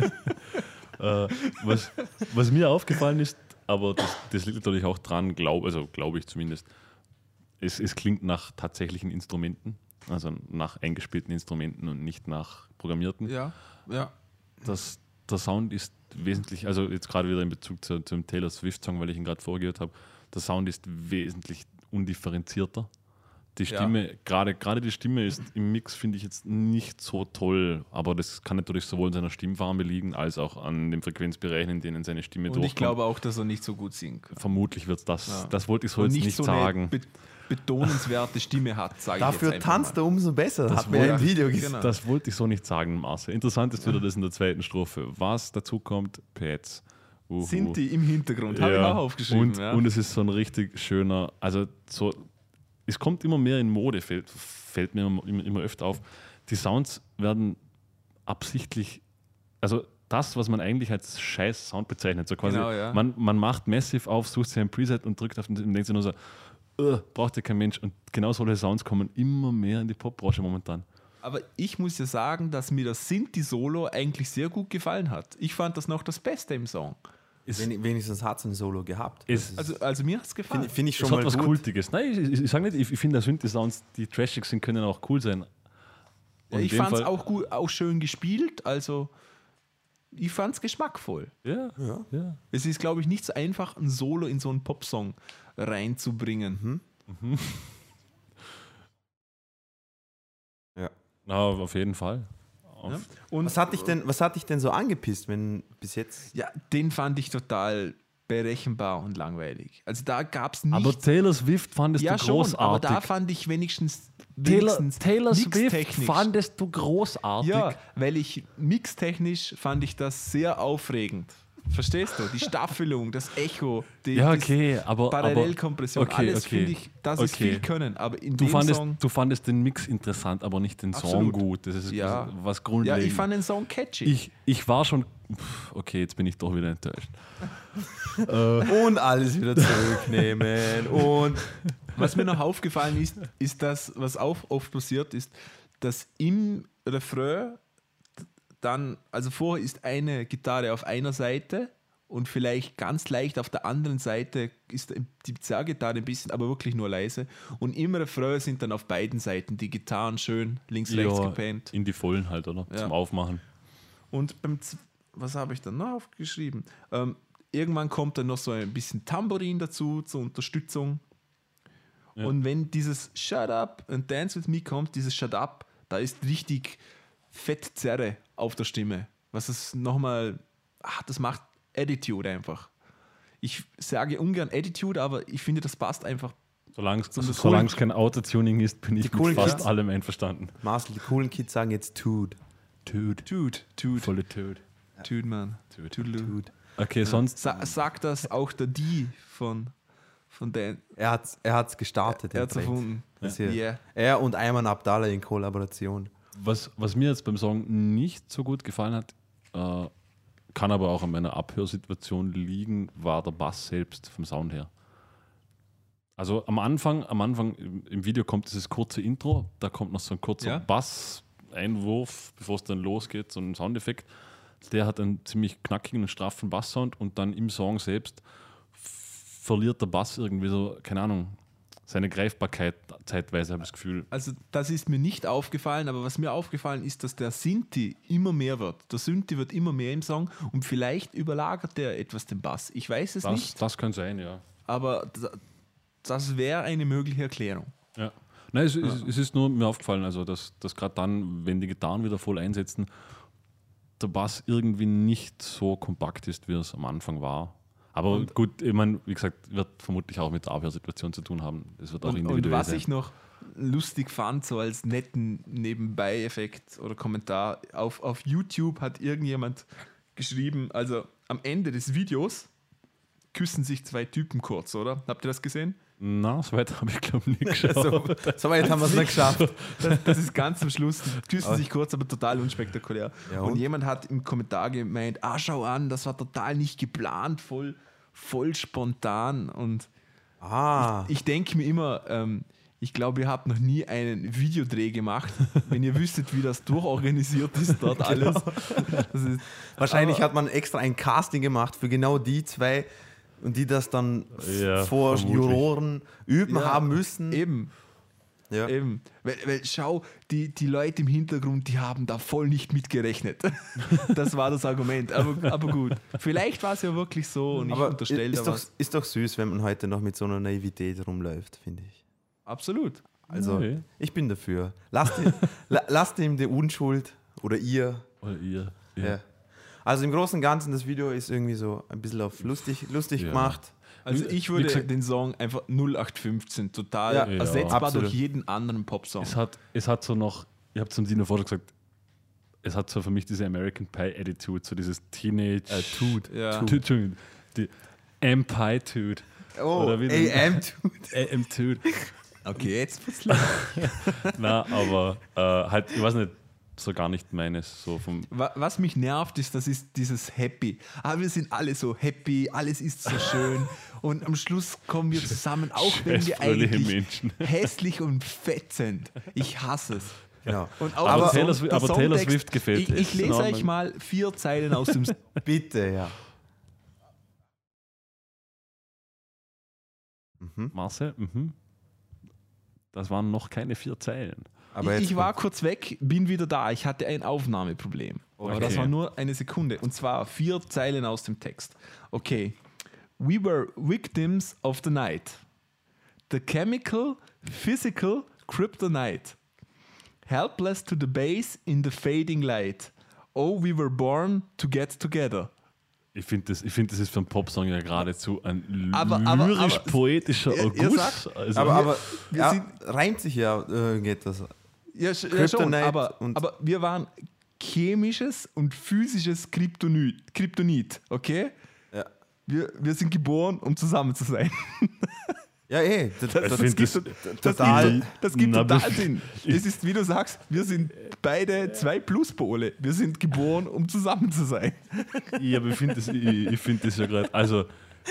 Was mir aufgefallen ist, aber das liegt natürlich auch dran, glaube ich zumindest, es klingt nach tatsächlichen Instrumenten, also nach eingespielten Instrumenten und nicht nach programmierten. Ja. Der Sound ist wesentlich, also jetzt gerade wieder in Bezug zum Taylor Swift-Song, weil ich ihn gerade vorgehört habe, der Sound ist wesentlich undifferenzierter. Die Stimme, gerade die Stimme ist im Mix, finde ich jetzt nicht so toll, aber das kann natürlich sowohl an seiner Stimmfarbe liegen, als auch an den Frequenzbereichen, in denen seine Stimme durchkommt. Und ich glaube auch, dass er nicht so gut singt. Vermutlich wird es das. Das wollte ich so jetzt nicht so sagen. Eine betonenswerte Stimme hat, sage ich jetzt Dafür tanzt er umso besser, Das hat mir wollte- im Video gesehen. Genau. Das wollte ich so nicht sagen, Marcel. Interessant ist wieder das in der zweiten Strophe. Was dazu kommt, Pads. Sind die im Hintergrund, habe ich auch aufgeschrieben. Und es ist so ein richtig schöner, also so, es kommt immer mehr in Mode, fällt mir immer öfter auf. Die Sounds werden absichtlich, also das, was man eigentlich als scheiß Sound bezeichnet, so quasi, Genau, ja. man macht Massive auf, sucht sich ein Preset und drückt auf den und denkt sich nur so, braucht ja kein Mensch. Und genau solche Sounds kommen immer mehr in die Popbranche momentan. Aber ich muss ja sagen, dass mir das Sinti-Solo eigentlich sehr gut gefallen hat. Ich fand das noch das Beste im Song. Wenigstens hat es ein Solo gehabt. Es- Das ist- Also mir hat es gefallen. Finde ich schon Es hat mal was gut. Kultiges. Nein, ich sage nicht, ich finde, dass Synthi-Sounds, die trashig sind, können auch cool sein. Und Ich in dem fand es Fall- auch gut, auch schön gespielt. Also ich fand es geschmackvoll. Ja. Es ist, glaube ich, nicht so einfach, ein Solo in so einen Popsong reinzubringen. Ja. Na, auf jeden Fall. Ja? Und Was hat dich denn so angepisst, wenn bis jetzt? ja, den fand ich total berechenbar und langweilig. Also da gab es nicht... Aber Taylor Swift fandest ja, du schon, großartig. aber da fand ich wenigstens Taylor Swift mixtechnisch. fandest du großartig. Ja, weil ich mixtechnisch fand ich das sehr aufregend. Verstehst du? Die Staffelung, das Echo, die Ja, okay, aber Parallelkompression, okay, alles okay. finde ich, das ist Okay. viel Können. Aber in Du dem Song... fandest den Mix interessant, aber nicht den Song Absolut. gut. Das ist Ja. was Ja, grundlegend. ich fand den Song catchy. Ich war schon. Okay, jetzt bin ich doch wieder enttäuscht. Und alles wieder zurücknehmen. Und Was mir noch aufgefallen ist das, was auch oft passiert ist, dass im Refrain dann, also vorher ist eine Gitarre auf einer Seite und vielleicht ganz leicht auf der anderen Seite ist die Zerrgitarre ein bisschen, aber wirklich nur leise. Und im Refrain sind dann auf beiden Seiten die Gitarren schön links, rechts gepannt. In die Vollen halt, oder? Ja. Zum Aufmachen. Und was habe ich dann noch aufgeschrieben? Irgendwann kommt dann noch so ein bisschen Tambourin dazu zur Unterstützung. Ja. Und wenn dieses Shut Up and Dance With Me kommt, dieses Shut Up, da ist richtig fett Zerre auf der Stimme. Was es nochmal, das macht Attitude einfach. Ich sage ungern Attitude, aber ich finde, das passt einfach. Solange das es kein Autotuning ist, bin ich mit coolen fast Kids- allem einverstanden. Marcel, die coolen Kids sagen jetzt Tude. Dude. Tude. Volle Dude. Tude, man. Dude. Toodaloo. Tude. Okay, sonst. Sagt das auch der D von Dan. Er hat's gestartet. Er hat's erfunden. Yeah. Er und Ayman Abdallah in Kollaboration. Was mir jetzt beim Song nicht so gut gefallen hat, kann aber auch an meiner Abhörsituation liegen, war der Bass selbst vom Sound her. Also am Anfang im Video kommt dieses kurze Intro, da kommt noch so ein kurzer Bass-Einwurf, bevor es dann losgeht, so ein Soundeffekt. Der hat einen ziemlich knackigen und straffen Basssound und dann im Song selbst verliert der Bass irgendwie so, keine Ahnung, seine Greifbarkeit zeitweise, habe ich das Gefühl. Also das ist mir nicht aufgefallen, aber was mir aufgefallen ist, dass der Synthi immer mehr wird. Der Synthi wird immer mehr im Song und vielleicht überlagert der etwas den Bass. Ich weiß es nicht. Das kann sein, ja. Aber das wäre eine mögliche Erklärung. Ja. Nein, es ist nur mir aufgefallen, also dass gerade dann, wenn die Gitarren wieder voll einsetzen, der Bass irgendwie nicht so kompakt ist, wie es am Anfang war. Aber gut, ich meine, wie gesagt, wird vermutlich auch mit der Abhörsituation zu tun haben. Es wird auch individuell und was sein. ich noch lustig fand, so als netten Nebenbei-Effekt oder Kommentar, auf YouTube hat irgendjemand geschrieben, also am Ende des Videos küssen sich 2 Typen kurz, oder? Habt ihr das gesehen? Na, so weit habe ich glaube ich nicht geschaut. So weit haben wir es nicht geschafft. Das ist ganz am Schluss. Die küssen sich kurz, aber total unspektakulär. Ja, und jemand hat im Kommentar gemeint, schau an, das war total nicht geplant, voll spontan. Und ich denke mir immer, ich glaube, ihr habt noch nie einen Videodreh gemacht, wenn ihr wüsstet, wie das durchorganisiert ist dort alles. Das ist, Wahrscheinlich hat man extra ein Casting gemacht für genau die 2 und die das dann vor Juroren üben haben müssen. Eben. Ja. Eben. Weil schau, die Leute im Hintergrund, die haben da voll nicht mitgerechnet. Das war das Argument. Aber gut, vielleicht war es ja wirklich so und ich unterstelle da was. Ist doch süß, wenn man heute noch mit so einer Naivität rumläuft, finde ich. Absolut. Also, ich bin dafür. Lasst ihm die Unschuld oder ihr. Oder ihr. Ja. Also im Großen und Ganzen, das Video ist irgendwie so ein bisschen auf lustig gemacht. Also ich würde den Song einfach 0815 total ersetzbar absolut. durch jeden anderen Popsong. Es hat so noch, ich habe zum Dino vorher gesagt, es hat so für mich diese American Pie Attitude, so dieses Teenage Tude. Ja. Die Am-Pie-Tude. Oh, AM-Tude. Okay, jetzt wird's lang. Na, aber halt, ich weiß nicht, so gar nicht meines. So vom Was mich nervt, ist dieses Happy. Wir sind alle so happy, alles ist so schön und am Schluss kommen wir zusammen, auch wenn wir eigentlich Menschen. hässlich und fett sind. Ich hasse es. Genau. Und auch aber der Taylor Songtext, Swift gefällt mir. Ich lese euch mal 4 Zeilen aus dem Bitte, ja. Marcel, das waren noch keine 4 Zeilen. Aber ich war kurz weg, bin wieder da. Ich hatte ein Aufnahmeproblem. Okay. Aber das war nur eine Sekunde. Und zwar 4 Zeilen aus dem Text. Okay. We were victims of the night. The chemical, physical kryptonite. Helpless to the base in the fading light. Oh, we were born to get together. Ich finde, das ist für einen Popsong ja geradezu ein ihr lyrisch-poetischer Erguss. sagt, Also, aber reimt sich ja irgendetwas. Ja, schon, aber wir waren chemisches und physisches Kryptonit, okay? Ja. Wir sind geboren, um zusammen zu sein. Ja, Das gibt total Sinn. Es ist, wie du sagst, wir sind beide 2 Pluspole. Wir sind geboren, um zusammen zu sein. ja, aber ich finde das ja gerade, also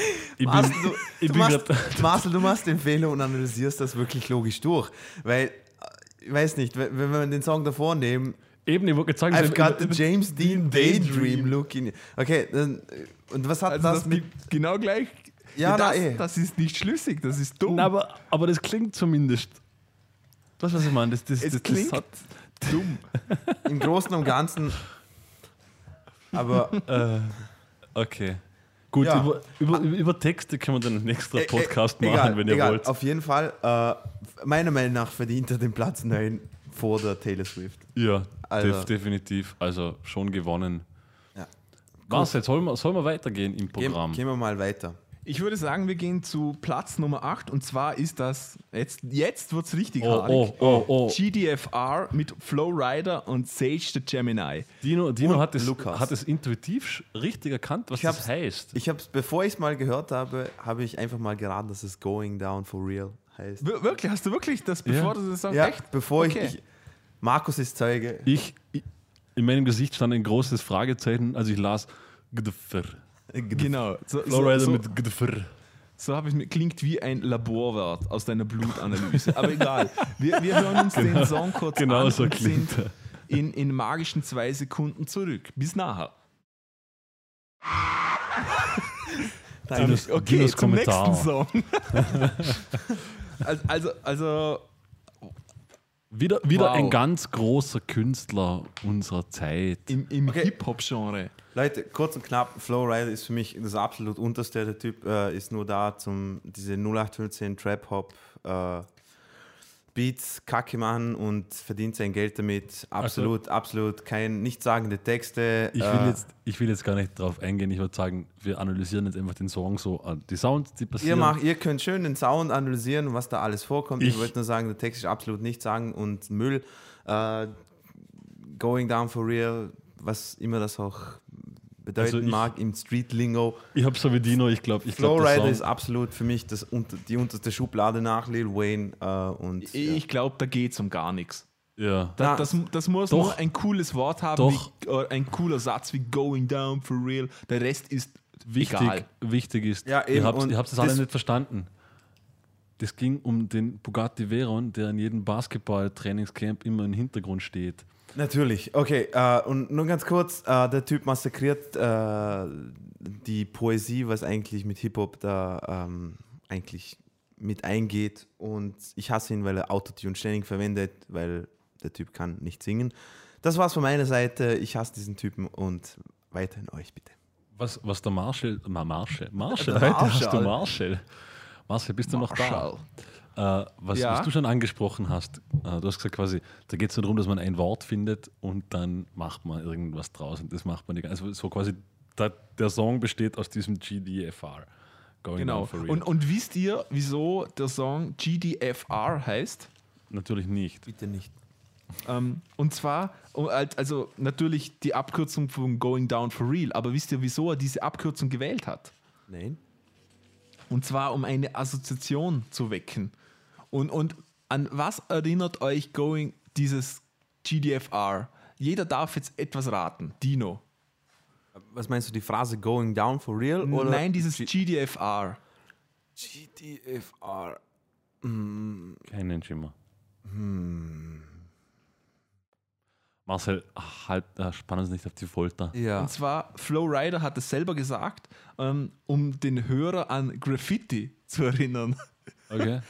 Marcel, du machst den Fehler und analysierst das wirklich logisch durch. Weil, ich weiß nicht, wenn wir den Song davor nehmen, eben, ich wollte sagen, I've got the James Dean Daydream look in. Okay, und was hat Also das mit... Genau gleich. Ja, das ist nicht schlüssig, das ist dumm. Na, aber das klingt zumindest. Weißt du, was ich meine? Das klingt hat dumm. Im Großen und Ganzen... Aber... Okay. Gut, Ja. über Texte können wir dann einen extra Podcast machen, wenn ihr wollt. Auf jeden Fall, meiner Meinung nach verdient er den Platz 9 vor der Taylor Swift. Ja, Also- definitiv. Also schon gewonnen. Ja. Was jetzt? Sollen wir weitergehen im Programm? Gehen wir mal weiter. Ich würde sagen, wir gehen zu Platz Nummer 8 und zwar ist das, jetzt wird es richtig Oh, haarig. oh. GDFR mit Flowrider und Sage the Gemini. Dino hat Lukas. es intuitiv richtig erkannt, was das heißt. Bevor ich es mal gehört habe, habe ich einfach mal geraten, dass es Going Down for Real heißt. Wirklich? Hast du wirklich das, bevor du das sagst? Ja, Echt? bevor Okay. ich Markus ist Zeuge. In meinem Gesicht stand ein großes Fragezeichen, als ich las Gdfr. Genau. Flowrider mit Gdfr. So habe ich mir, klingt wie ein Laborwert aus deiner Blutanalyse. Aber egal. Wir hören uns den Song kurz Genau an so und klingt sind in magischen 2 Sekunden zurück. Bis nachher. Dinos Okay, zum Kommentar. nächsten Song. also Wieder Wow. ein ganz großer Künstler unserer Zeit. im Okay. Hip-Hop-Genre. Leute, kurz und knapp, Flowrider ist für mich das absolut unterste. Der Typ ist nur da, diese 0815 Trap-Hop Beats kacke machen und verdient sein Geld damit. Absolut nichtssagende Texte. Ich will jetzt gar nicht drauf eingehen. Ich würde sagen, wir analysieren jetzt einfach den Song so. Die Sounds, die passieren. Ihr könnt schön den Sound analysieren, was da alles vorkommt. Ich Ich- wollte nur sagen, der Text ist absolut nichts sagen und Müll. Going Down for Real, was immer das auch bedeuten Also ich- mag im Street-Lingo. Ich habe so wie Dino, ich glaube, Flowrider ist absolut für mich die unterste Schublade nach Lil Wayne. Und Ich glaube, da geht es um gar nichts. ja. Das muss Doch. nur ein cooles Wort haben, Doch. ein cooler Satz wie Going Down for Real. Der Rest ist egal. Wichtig ist, Ja, ihr eben, habt und das alle das- nicht verstanden. Das ging um den Bugatti Veyron, der in jedem Basketball-Trainingscamp immer im Hintergrund steht. Natürlich, okay. Und nur ganz kurz, der Typ massakriert die Poesie, was eigentlich mit Hip-Hop da eigentlich mit eingeht. Und ich hasse ihn, weil er Autotune ständig verwendet, weil der Typ kann nicht singen. Das war's von meiner Seite. Ich hasse diesen Typen und weiterhin euch bitte. Was der Marshall, heute Marshall. hast du Marshall. Marshall, bist du noch da? Marshall. Was Ja. du schon angesprochen hast, du hast gesagt quasi, da geht es nur darum, dass man ein Wort findet und dann macht man irgendwas draus und das macht man nicht. Also so quasi, der Song besteht aus diesem GDFR. Going Genau. Down for Real. Und wisst ihr, wieso der Song GDFR heißt? Natürlich nicht. Bitte nicht. Und zwar, also natürlich die Abkürzung von Going Down for Real, aber wisst ihr, wieso er diese Abkürzung gewählt hat? Nein? Und zwar, um eine Assoziation zu wecken. Und an was erinnert euch dieses GDFR? Jeder darf jetzt etwas raten. Dino. Was meinst du, die Phrase Going Down for Real? Oder Nein, dieses GDFR. GDFR. Keinen Schimmer. Marcel, spann uns nicht auf die Folter. Ja. Und zwar, Flowrider hat es selber gesagt, um den Hörer an Graffiti zu erinnern. Okay.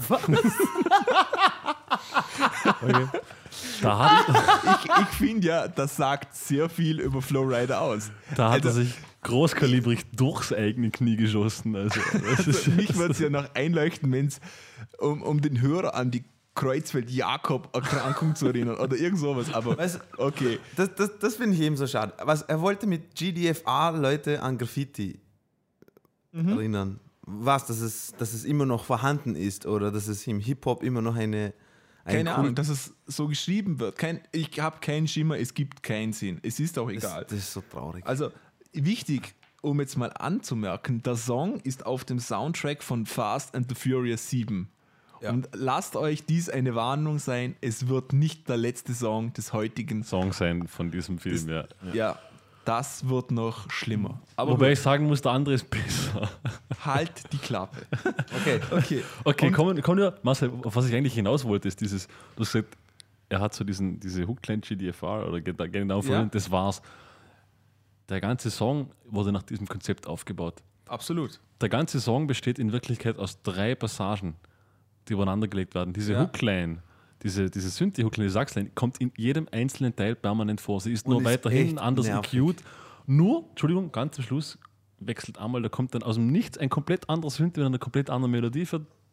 Okay. Da hat, Ich finde ja, das sagt sehr viel über Flowrider aus. da hat er Also- sich großkalibrig durchs eigene Knie geschossen. Also, das ist, Mich würde es ja noch einleuchten, wenn es um den Hörer an die Kreuzfeld-Jakob-Erkrankung zu erinnern oder irgend sowas. Aber Weißt okay. Das finde ich eben so schade. Er wollte mit GDFR Leute an Graffiti erinnern. Dass es immer noch vorhanden ist oder dass es im Hip-Hop immer noch Keine Ahnung, dass es so geschrieben wird. Ich habe keinen Schimmer, es gibt keinen Sinn. Es ist auch egal. Das ist so traurig. Also wichtig, um jetzt mal anzumerken, der Song ist auf dem Soundtrack von Fast and the Furious 7. Ja. Und lasst euch dies eine Warnung sein, es wird nicht der letzte Song des heutigen. Song sein von diesem Film, ja. Ja, das wird noch schlimmer. Aber Wobei ich sagen muss, der andere ist besser. halt die Klappe. Okay. Okay. Okay, Und- kommen wir, Marcel, auf was ich eigentlich hinaus wollte, ist dieses, du hast gesagt, er hat so diese Hookline GDFR oder genau von Ja. das war's. Der ganze Song wurde nach diesem Konzept aufgebaut. Absolut. Der ganze Song besteht in Wirklichkeit aus 3 Passagen, die übereinander gelegt werden. Diese Ja. Hookline, diese Synthi-Hookline, die Saxline, kommt in jedem einzelnen Teil permanent vor. Sie ist Und nur ist weiterhin echt anders nervig. EQ'd. Nur, Entschuldigung, ganz zum Schluss wechselt einmal, da kommt dann aus dem Nichts ein komplett anderes Synthi mit einer komplett anderen Melodie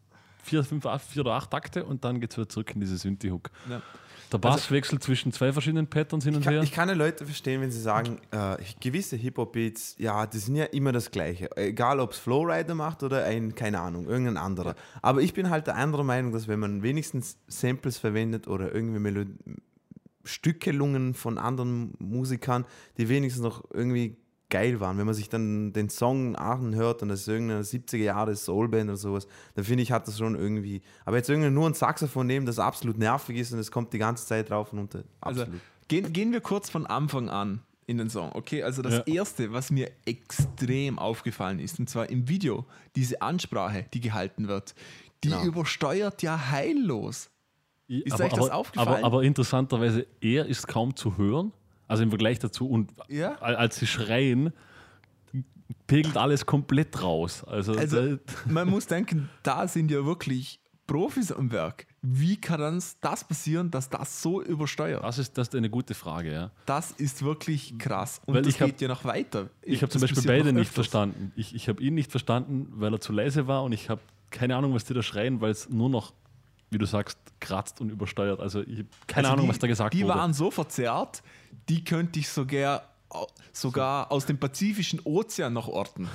4 oder 8 Takte und dann geht es wieder zurück in diese Synthi-Hook. Ja. Der Bass wechselt zwischen 2 verschiedenen Patterns hin und her. Ich kann ja Leute verstehen, wenn sie sagen, gewisse Hip-Hop-Beats, ja, die sind ja immer das Gleiche. Egal, ob es Flowrider macht oder keine Ahnung, irgendein anderer. Ja. Aber ich bin halt der anderen Meinung, dass wenn man wenigstens Samples verwendet oder irgendwie Stückelungen von anderen Musikern, die wenigstens noch irgendwie geil waren. Wenn man sich dann den Song anhört und das ist irgendeine 70er Jahre Soulband oder sowas, dann finde ich, hat das schon irgendwie. Aber jetzt irgendwie nur ein Saxophon nehmen, das absolut nervig ist und es kommt die ganze Zeit drauf und runter. Absolut. Also gehen wir kurz von Anfang an in den Song. Okay, also das Erste, was mir extrem aufgefallen ist, und zwar im Video, diese Ansprache, die gehalten wird, die übersteuert ja heillos. Ist euch das aufgefallen? Aber interessanterweise, er ist kaum zu hören. Also im Vergleich dazu, und als sie schreien, pegelt alles komplett raus. Also man muss denken, da sind ja wirklich Profis am Werk. Wie kann das passieren, dass das so übersteuert? Das ist eine gute Frage, ja. Das ist wirklich krass. Und weil das geht ja noch weiter. Ich habe zum Beispiel beide nicht verstanden. Ich habe ihn nicht verstanden, weil er zu leise war und ich habe keine Ahnung, was die da schreien, weil es nur noch, wie du sagst, kratzt und übersteuert. Also ich habe keine Ahnung, was da gesagt wurde. Die waren so verzerrt, die könnte ich sogar aus dem Pazifischen Ozean noch orten.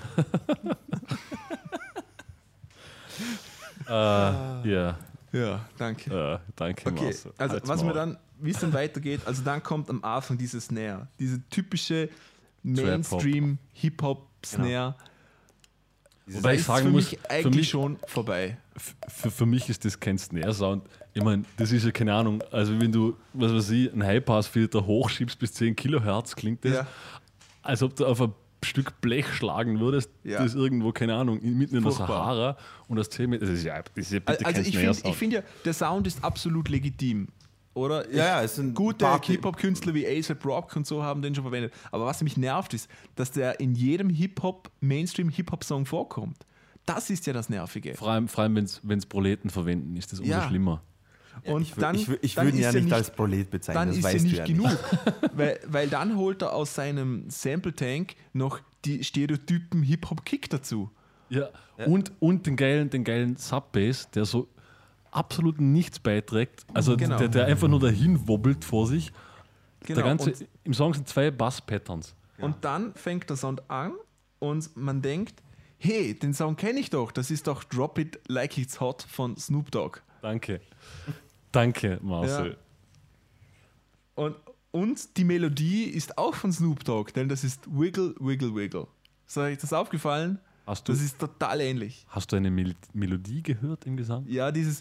Ja, danke. Danke, okay, Marcel. also wie es dann weitergeht, also dann kommt am Anfang diese Snare, diese typische Mainstream-Hip-Hop-Snare. Wobei ich sagen muss, für mich schon vorbei. Für mich ist das kein Snare-Sound. Ich meine, das ist ja keine Ahnung. Also, wenn du, was weiß ich, einen Highpass-Filter hochschiebst bis 10 Kilohertz, klingt das, als ob du auf ein Stück Blech schlagen würdest, das irgendwo, keine Ahnung, mitten in der Sahara und das 10 Meter. Das ist ja bitte kein Snare-Sound. Ich finde ja, der Sound ist absolut legitim. Oder? Ja, es sind gute Hip-Hop-Künstler wie A$AP Rock und so haben den schon verwendet. Aber was mich nervt, ist, dass der in jedem Mainstream-Hip-Hop-Song vorkommt. Das ist ja das Nervige. Vor allem wenn es Proleten verwenden, ist das umso schlimmer. Und ich würde ihn ja nicht als Prolet bezeichnen, das weißt du ja nicht. Dann ist ja nicht genug. weil dann holt er aus seinem Sample-Tank noch die Stereotypen Hip-Hop-Kick dazu. Ja. Und den geilen Sub-Bass, der so absolut nichts beiträgt, also der einfach nur dahin wobbelt vor sich. Genau. Im Song sind 2 Bass-Patterns. Und dann fängt der Sound an und man denkt, hey, den Song kenne ich doch, das ist doch Drop It Like It's Hot von Snoop Dogg. Danke, Marcel. Ja. Und die Melodie ist auch von Snoop Dogg, denn das ist Wiggle, Wiggle, Wiggle. Ist euch das aufgefallen? Das ist total ähnlich. Hast du eine Melodie gehört im Gesang? Ja, dieses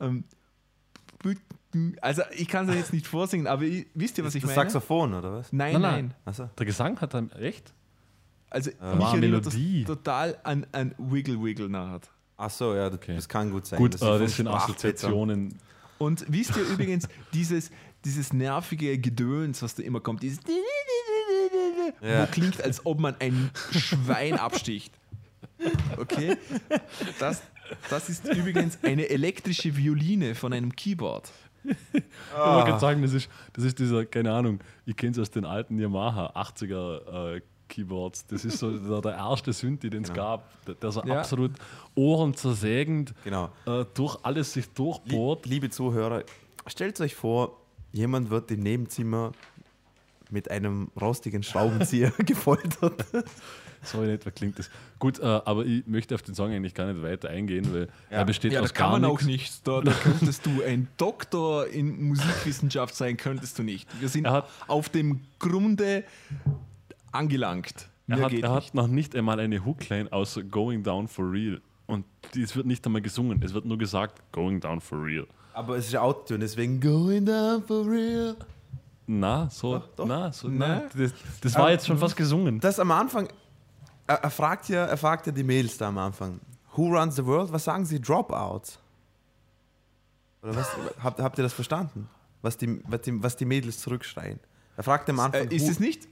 also ich kann es jetzt nicht vorsingen, aber wisst ihr, was ich meine? Das Saxophon, oder was? Nein. So. Der Gesang hat dann echt? Also mich erinnert das total an Wiggle Wiggle nahe. Ach so, ja, das kann gut sein. Gut, das sind Assoziationen. Und wisst ihr übrigens, dieses nervige Gedöns, was da immer kommt, dieses wo klingt, als ob man ein Schwein absticht. Okay? Das ist übrigens eine elektrische Violine von einem Keyboard. Ich wollte gerade sagen, das ist dieser, keine Ahnung, ich kenne es aus den alten Yamaha 80er Keyboards. Das ist so der erste Synthi, den es gab, der so absolut ohrenzersägend durch alles sich durchbohrt. Liebe Zuhörer, stellt euch vor, jemand wird im Nebenzimmer mit einem rostigen Schraubenzieher gefoltert. So in etwa klingt das. Gut, aber ich möchte auf den Song eigentlich gar nicht weiter eingehen, weil er besteht aus gar nichts. Ja, das kann man auch nicht. Da könntest du ein Doktor in Musikwissenschaft sein, könntest du nicht. Wir sind auf dem Grunde angelangt. Er hat noch nicht einmal eine Hookline außer Going Down for Real. Und es wird nicht einmal gesungen, es wird nur gesagt Going Down for Real. Aber es ist Autotune, deswegen Going Down for Real. Das war jetzt schon fast gesungen. Das am Anfang, er fragt ja die Mädels da am Anfang, Who runs the world? Was sagen sie? Dropouts? Oder was? Habt ihr das verstanden? Was die Mädels zurückschreien? Er fragt am Anfang. Ist es nicht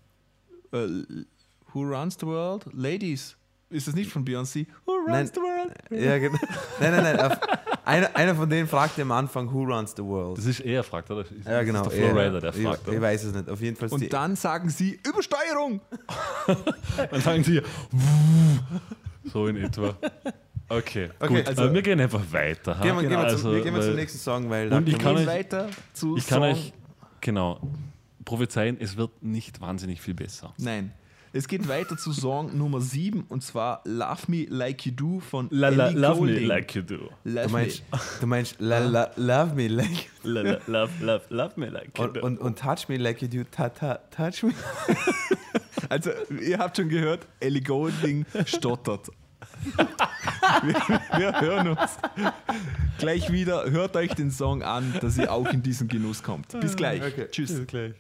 Who runs the world? Ladies. Ist das nicht von Beyoncé? Who runs the world? Ja, genau. Nein. Einer von denen fragt am Anfang, Who runs the world? Das ist er, fragt, oder? Ja, genau. Das ist der Flowrider, der fragt. Ich weiß es nicht. Auf jeden Fall. Und dann sagen sie Übersteuerung. Dann sagen sie so in etwa. Okay, Okay, gut. also- Wir gehen einfach weiter. ha? Gehen wir Also, zum weil- nächsten Song, weil Und ich kann Gehen euch- weiter zu Ich kann Song. euch, genau, prophezeien, es wird nicht wahnsinnig viel besser. Nein. Es geht weiter zu Song Nummer 7 und zwar Love Me Like You Do von Love Ellie me Goulding. like you do. Love du meinst love me like Love me like you do. und touch me like you do, touch me. Also, ihr habt schon gehört, Ellie Goulding stottert. wir hören uns gleich wieder. Hört euch den Song an, dass ihr auch in diesen Genuss kommt. Bis gleich. Okay. Tschüss. Gleich.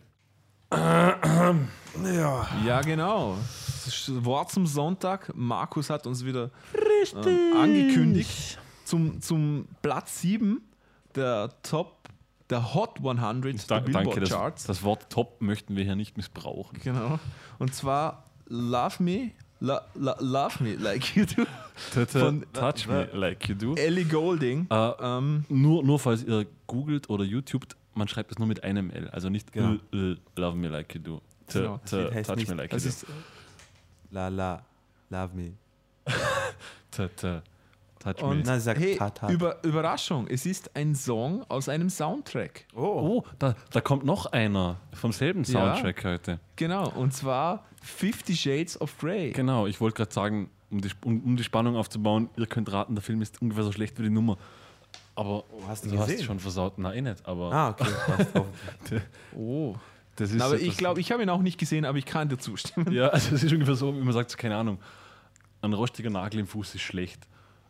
Ja. Ja, genau. Das Wort zum Sonntag. Markus hat uns wieder angekündigt. Zum Platz 7 der Hot 100 der Danke, Billboard Charts. das Wort Top möchten wir hier nicht missbrauchen. Genau. Und zwar Love Me Like You Do von Touch me like you do. Ellie Goulding. Nur falls ihr googelt oder YouTubet, man schreibt es nur mit einem L, also nicht Genau. love me like you do. Genau. heißt Touch nicht- me like you Das do. ist, Love me. Touch und me. Nein, sie sagt hey, Tata. Überraschung, es ist ein Song aus einem Soundtrack. Oh, da kommt noch einer vom selben Ja. Soundtrack heute. Genau, und zwar 50 Shades of Grey. Genau, ich wollte gerade sagen, um die Spannung aufzubauen, ihr könnt raten, der Film ist ungefähr so schlecht wie die Nummer. Aber hast du du hast gesehen? schon versaut. Nein, nicht, aber Ah, okay. Passt auf. Oh. das ist Aber etwas- ich glaube, ich habe ihn auch nicht gesehen, aber ich kann dir zustimmen. Ja, also es ist ungefähr so, wie man sagt, keine Ahnung, ein rostiger Nagel im Fuß ist schlecht.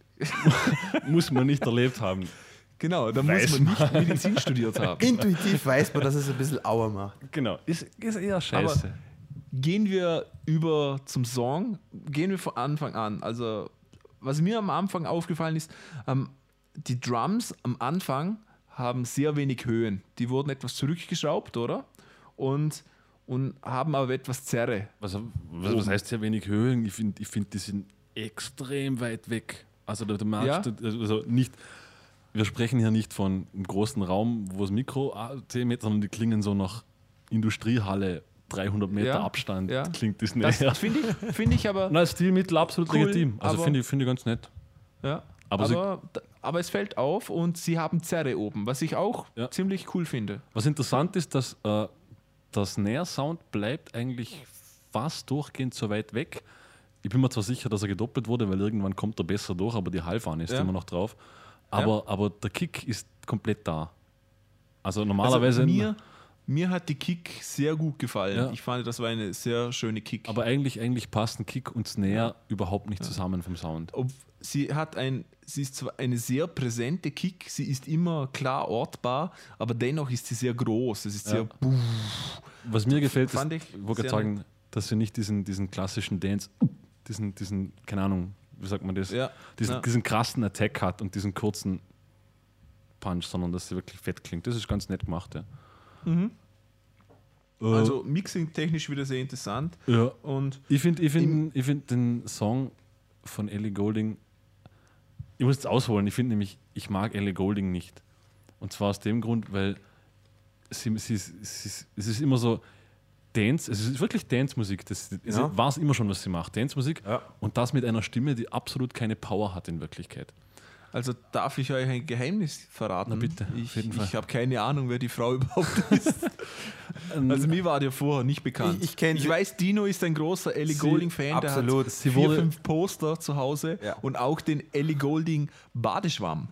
Muss man nicht erlebt haben. Genau, da Weiß muss man nicht Medizin studiert haben. Intuitiv weiß man, dass es ein bisschen Auer macht. Genau, ist eher scheiße. Gehen wir über zum Song, gehen wir von Anfang an. Also, was mir am Anfang aufgefallen ist, die Drums am Anfang haben sehr wenig Höhen. Die wurden etwas zurückgeschraubt, oder? Und haben aber etwas Zerre. Was heißt sehr wenig Höhen? Ich find, die sind extrem weit weg. Also du merkst, also nicht, wir sprechen hier nicht von einem großen Raum, wo das Mikro 10 Meter, sondern die klingen so nach Industriehalle, 300 Meter Ja, Abstand, ja. klingt das Das näher. finde ich aber. Nein, Stilmittel absolut Cool, legitim. Also aber- finde ich ganz nett. Ja, Aber aber es fällt auf und sie haben Zerre oben, was ich auch Ja. ziemlich cool finde. Was interessant ist, dass der Snare-Sound bleibt eigentlich fast durchgehend so weit weg. Ich bin mir zwar sicher, dass er gedoppelt wurde, weil irgendwann kommt er besser durch, aber die Hallfahne ist Ja. immer noch drauf. Aber der Kick ist komplett da. Also normalerweise... Also mir hat die Kick sehr gut gefallen. Ja. Ich fand, das war eine sehr schöne Kick. aber eigentlich passen Kick und Snare überhaupt nicht zusammen vom Sound. Sie ist zwar eine sehr präsente Kick, sie ist immer klar ortbar, aber dennoch ist sie sehr groß. Es ist sehr Was mir gefällt, ist, Fand ich ich wollte sehr gerade sagen, dass sie nicht diesen klassischen Dance, diesen, keine Ahnung, wie sagt man das, Ja. diesen krassen Attack hat und diesen kurzen Punch, sondern dass sie wirklich fett klingt. Das ist ganz nett gemacht, ja. Also mixing-technisch wieder sehr interessant. Ja. Und Ich finde den Song von Ellie Goulding, ich muss jetzt ausholen, ich finde nämlich, ich mag Ellie Goulding nicht. Und zwar aus dem Grund, weil es ist immer so Dance, es ist wirklich Dance-Musik. Ja. War es immer schon, was sie macht. Dance-Musik Ja. und das mit einer Stimme, die absolut keine Power hat in Wirklichkeit. also darf ich euch ein Geheimnis verraten? Na bitte, auf jeden Fall. Ich habe keine Ahnung, wer die Frau überhaupt ist. Also mir war der vorher nicht bekannt. Ich kenn sie- weiß, Dino ist ein großer Ellie Goulding-Fan. Der absolut. hat Sie 4-5 Poster zu Hause Ja. und auch den Ellie Goulding Badeschwamm.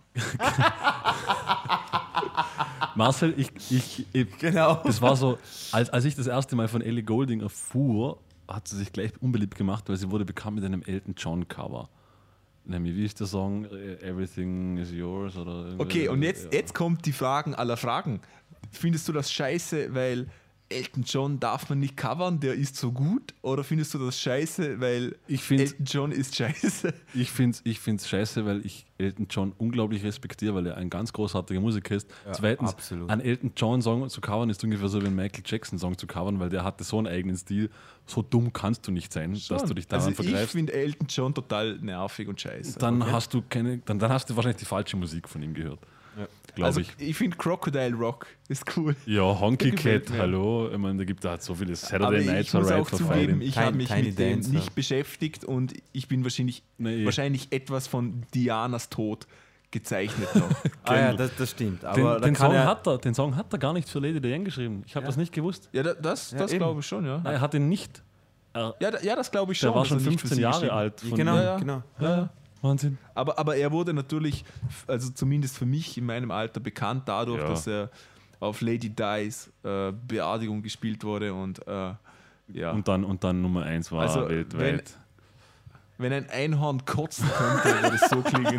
Marcel, Genau. das war so, als ich das erste Mal von Ellie Goulding erfuhr, hat sie sich gleich unbeliebt gemacht, weil sie wurde bekannt mit einem Elton John Cover. Nämlich, wie ist der Song? Everything is yours oder irgendwas? Okay, und jetzt kommt die Fragen aller Fragen. Findest du das scheiße, weil Elton John darf man nicht covern, der ist so gut? Oder findest du das scheiße, weil Ich find's- Elton John ist scheiße? Ich find's scheiße, weil ich Elton John unglaublich respektiere, weil er ein ganz großartiger Musiker ist. Ja, Zweitens, absolut. einen Elton John-Song zu covern ist ungefähr so wie einen Michael Jackson-Song zu covern, weil der hatte so einen eigenen Stil. So dumm kannst du nicht sein, dass du dich daran Also ich vergreifst. finde Elton John total nervig und scheiße. Dann hast du wahrscheinlich die falsche Musik von ihm gehört. glaube Also ich. ich finde Crocodile Rock ist cool. Ja, Honky Der gefällt Cat, mir. hallo. Ich meine, da hat so viele Aber Saturday Night ich muss Alright auch for zugeben, Fighting. ich habe mich Tiny mit dem Dancer. nicht beschäftigt und ich bin wahrscheinlich etwas von Dianas Tod gezeichnet noch. Ja, das stimmt. Aber da Den kann Song hat er gar nicht für Lady Diane geschrieben. Ich habe das nicht gewusst. Ja, das eben. glaube ich schon, ja. Nein, er hat ihn nicht. Ja, das glaube ich schon. Der war dass schon er nicht für 15 sie Jahre geschrieben hat. alt. Von Genau, Ja, ja. genau. Ja. Wahnsinn. Aber er wurde natürlich, also zumindest für mich in meinem Alter, bekannt dadurch, Ja. dass er auf Lady Di's Beerdigung gespielt wurde und ja. Und dann Nummer 1 war Also, weltweit. Wenn ein Einhorn kotzen könnte, würde es so klingen.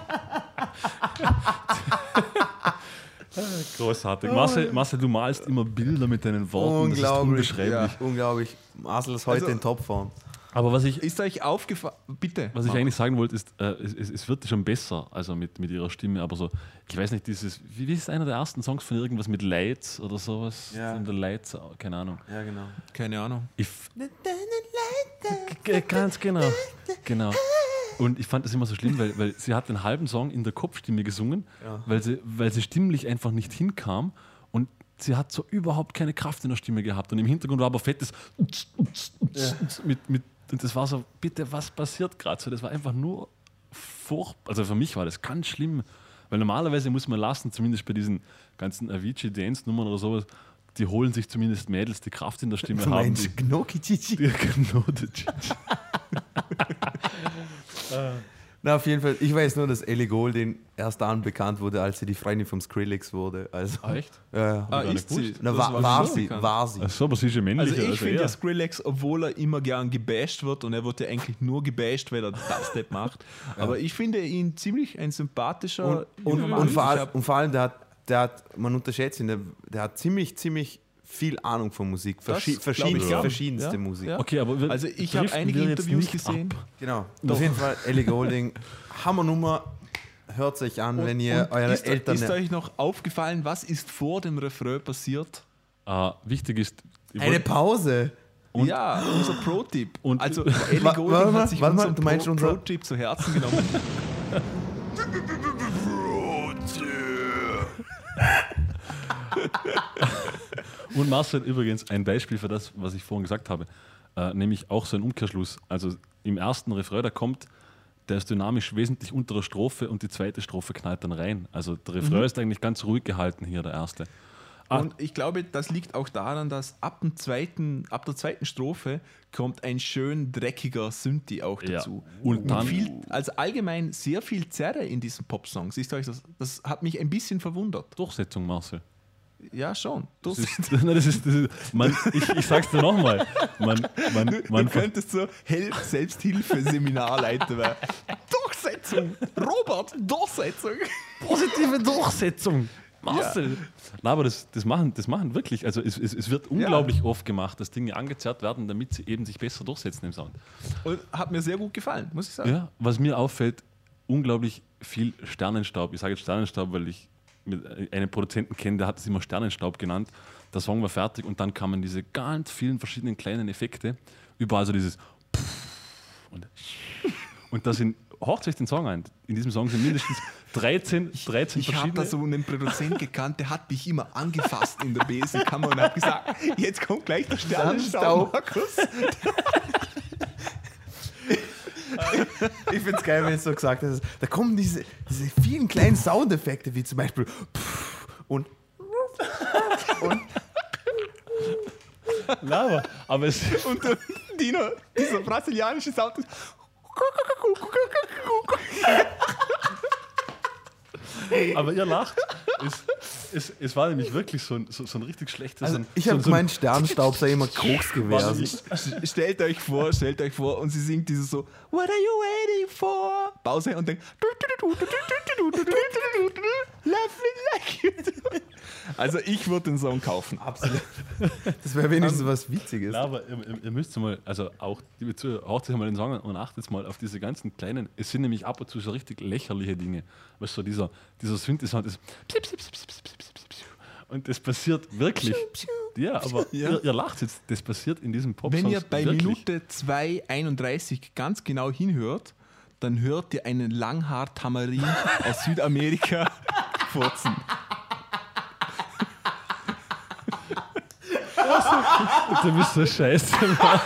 Großartig. Marcel, du malst immer Bilder mit deinen Worten. Das ist Unglaublich. unbeschreiblich. Ja, unglaublich. Marcel ist heute Also- in Topform. Aber was ich Ist euch aufgefallen? Bitte. Was ich eigentlich sagen wollte, ist, es wird schon besser, also mit ihrer Stimme, aber so, ich weiß nicht, wie ist einer der ersten Songs von irgendwas mit Lights oder sowas? Ja. In der Lights, keine Ahnung. Ja, genau. Keine Ahnung. Ganz genau. Genau. Und ich fand das immer so schlimm, weil sie hat den halben Song in der Kopfstimme gesungen, Ja. weil sie stimmlich einfach nicht hinkam und sie hat so überhaupt keine Kraft in der Stimme gehabt und im Hintergrund war aber fettes und das war so, bitte, was passiert gerade so? Das war einfach nur furchtbar. Also für mich war das ganz schlimm, weil normalerweise muss man lassen, zumindest bei diesen ganzen Avicii-Dance-Nummern oder sowas, die holen sich zumindest Mädels, die Kraft in der Stimme Du haben. meinst Gnocchi Chichi? Die, genau, Na, auf jeden Fall. Ich weiß nur, dass Ellie Goulding erst dann bekannt wurde, als sie die Freundin vom Skrillex wurde. Also, echt? ja. gar nicht ist sie? gewusst. Na, Das war mir sie, bekannt. war sie. Achso, aber sie ist ja männlicher Also ich als finde er. ja Skrillex, obwohl er immer gern gebasht wird und er wird ja eigentlich nur gebasht, weil er Dubstep macht. Aber ich finde ihn ziemlich ein sympathischer junger Mann. Und vor allem, der hat, man unterschätzt ihn, der hat ziemlich viel Ahnung von Musik. Das glaub ich gern. Verschiedenste Ja, Musik. ja. Okay, aber Also ich habe driften einige wir jetzt Interviews nicht gesehen. ab. Genau. Auf jeden Fall, Ellie Goulding, Hammernummer. Hört es euch an, wenn ihr eure ist, Eltern... ist euch noch aufgefallen, was ist vor dem Refrain passiert? Wichtig ist, Eine Pause. Ja, unser Pro-Tipp. Und- Also Ellie Warte Goulding mal, hat sich warte mal, unseren du meinst unser- Pro-Tipp zu Herzen genommen. Und Marcel, übrigens ein Beispiel für das, was ich vorhin gesagt habe, nämlich auch so ein Umkehrschluss. Also im ersten Refrain, der ist dynamisch wesentlich unter der Strophe und die zweite Strophe knallt dann rein. Also der Refrain ist eigentlich ganz ruhig gehalten hier, der erste. Und ich glaube, das liegt auch daran, dass ab der zweiten Strophe kommt ein schön dreckiger Synthi auch Ja. dazu. Und dann- also allgemein sehr viel Zerre in diesen Popsongs. Siehst du euch das hat mich ein bisschen verwundert. Durchsetzung, Marcel. Ja, schon. Das ist, nein, ich sag's dir nochmal. Du könntest so Selbsthilfe-Seminarleiter werden. Durchsetzung! Robert, Durchsetzung! Positive Durchsetzung. Marcel. Na, aber das machen wirklich. Also es wird unglaublich oft gemacht, dass Dinge angezerrt werden, damit sie eben sich besser durchsetzen im Sound. Und hat mir sehr gut gefallen, muss ich sagen. Ja, was mir auffällt, unglaublich viel Sternenstaub. Ich sage jetzt Sternenstaub, weil ich mit einem Produzenten kenne, der hat es immer Sternenstaub genannt. Der Song war fertig und dann kamen diese ganz vielen verschiedenen kleinen Effekte. Überall so dieses und da sind, hört euch den Song ein. In diesem Song sind mindestens 13 Ich habe verschiedene. da so einen Produzent gekannt, der hat mich immer angefasst in der Besenkammer und hat gesagt, jetzt kommt gleich der Sternenstaub, Markus. Ich finde es geil, wenn es so gesagt ist. Da kommen diese vielen kleinen Soundeffekte, wie zum Beispiel und Lava. Aber es Und der Dino, dieser brasilianische Sound ist Aber ihr lacht. Es war nämlich wirklich so ein richtig schlechtes. also ich habe gemeint, Sternstaub sei immer Koks gewesen. stellt euch vor und sie singt dieses so What are you waiting for? Pause und dann Lovely like you do. Also ich würde den Song kaufen. Absolut. Das wäre wenigstens was Witziges. Ja, aber ihr müsst mal, also auch, liebe Zuhörer, hört sich mal den Song an und achtet mal auf diese ganzen kleinen, es sind nämlich ab und zu so richtig lächerliche Dinge. Weißt du, dieser Synthi-Sound ist und das passiert wirklich. Ja, aber Ja. Ihr lacht jetzt, das passiert in diesem Pop-Song. Wenn ihr bei Minute 2,31 ganz genau hinhört, dann hört ihr einen Langhaar-Tamarin aus Südamerika furzen. Du bist so scheiße.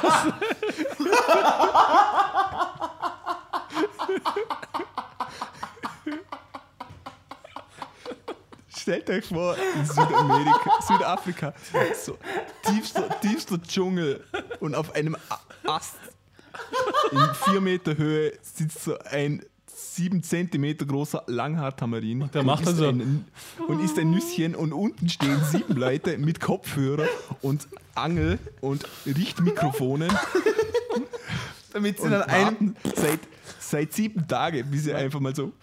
Stellt euch vor, in Südafrika, so tiefster Dschungel und auf einem Ast in 4 Meter Höhe sitzt so ein 7 Zentimeter großer Langhaar-Tamarin und der macht dann so isst ein Nüsschen und unten stehen 7 Leute mit Kopfhörer und Angel und Richtmikrofonen, Damit sie und dann warten seit 7 Tagen, bis sie einfach mal so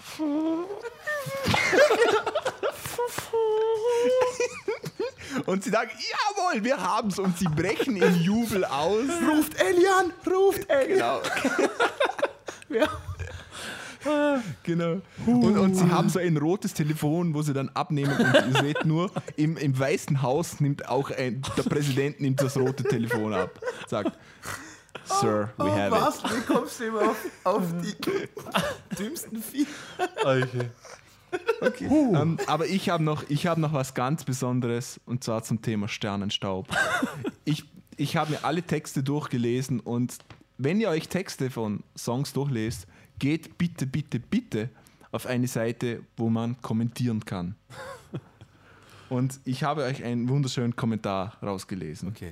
und sie sagen, jawohl, wir haben's, und sie brechen in Jubel aus. Ruft Elian! Ruft Elian! Genau. Genau. Und sie haben so ein rotes Telefon, wo sie dann abnehmen, und ihr seht nur, im Weißen Haus nimmt auch der Präsident nimmt das rote Telefon ab. Sagt, Sir, we have Was? it. Wie kommst du immer auf die dümmsten Vieh? Okay. Aber ich habe noch was ganz Besonderes, und zwar zum Thema Sternenstaub. Ich habe mir alle Texte durchgelesen, und wenn ihr euch Texte von Songs durchlest, geht bitte, bitte, bitte auf eine Seite, wo man kommentieren kann. Und ich habe euch einen wunderschönen Kommentar rausgelesen. Okay.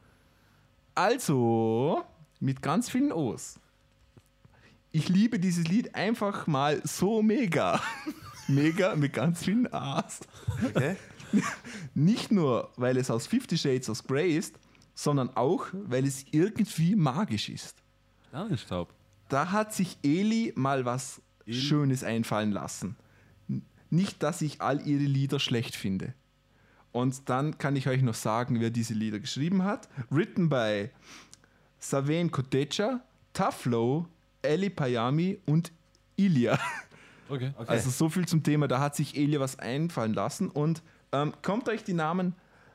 Also, mit ganz vielen O's. Ich liebe dieses Lied einfach mal so mega. Mega mit ganz vielen A's. Okay. Nicht nur, weil es aus 50 Shades of Grey ist, sondern auch, weil es irgendwie magisch ist. Sternenstaub. Da hat sich Eli mal was Schönes einfallen lassen. Nicht, dass ich all ihre Lieder schlecht finde. Und dann kann ich euch noch sagen, wer diese Lieder geschrieben hat. Written by Saven Kotecha, Taflo, Eli Payami und Ilya. Okay. Also so viel zum Thema, da hat sich Ilya was einfallen lassen. Und kommt euch die Namen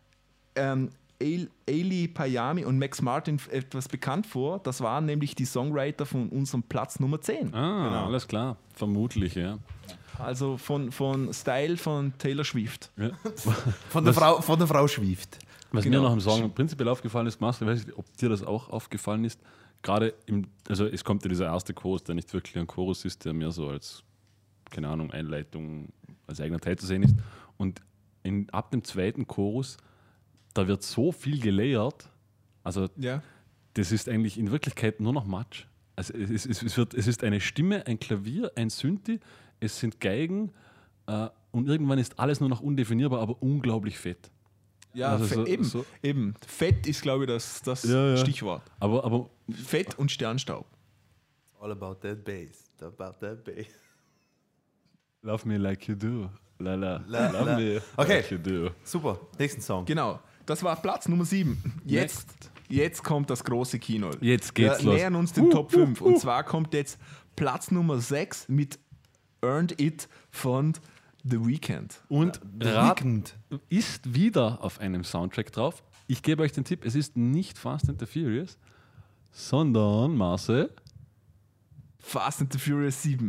Eli Payami und Max Martin etwas bekannt vor? Das waren nämlich die Songwriter von unserem Platz Nummer 10. Genau. Alles klar. Vermutlich, ja. Also von Style von Taylor Swift. Ja. Von der Frau Schwift. Was Genau. mir noch im Song prinzipiell aufgefallen ist, Marcel, ich weiß nicht, ob dir das auch aufgefallen ist, gerade also es kommt ja dieser erste Chorus, der nicht wirklich ein Chorus ist, der mehr so als, keine Ahnung, Einleitung als eigener Teil zu sehen ist. Und ab dem zweiten Chorus, da wird so viel gelayert, also Ja. das ist eigentlich in Wirklichkeit nur noch Matsch. Also es ist eine Stimme, ein Klavier, ein Synthi, es sind Geigen und irgendwann ist alles nur noch undefinierbar, aber unglaublich fett. Ja, Also eben. Fett ist, glaube ich, das Ja. Stichwort. Aber Fett und Sternstaub. All about that bass. About that bass. Love me like you do. Love la. me Okay. like you do. Super. Nächsten Song. Genau, das war Platz Nummer 7. Jetzt kommt das große Kino. Jetzt geht's Wir los. nähern uns den Top 5. Und zwar kommt jetzt Platz Nummer 6 mit Earned It von The Weeknd. Und The Rat Weeknd. ist wieder auf einem Soundtrack drauf. Ich gebe euch den Tipp, es ist nicht Fast and the Furious, sondern Marcel. Fast and the Furious 7.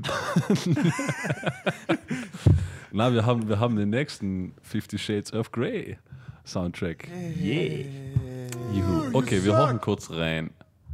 Na, wir haben den nächsten 50 Shades of Grey Soundtrack. Yeah. Juhu. Okay, wir horchen kurz rein.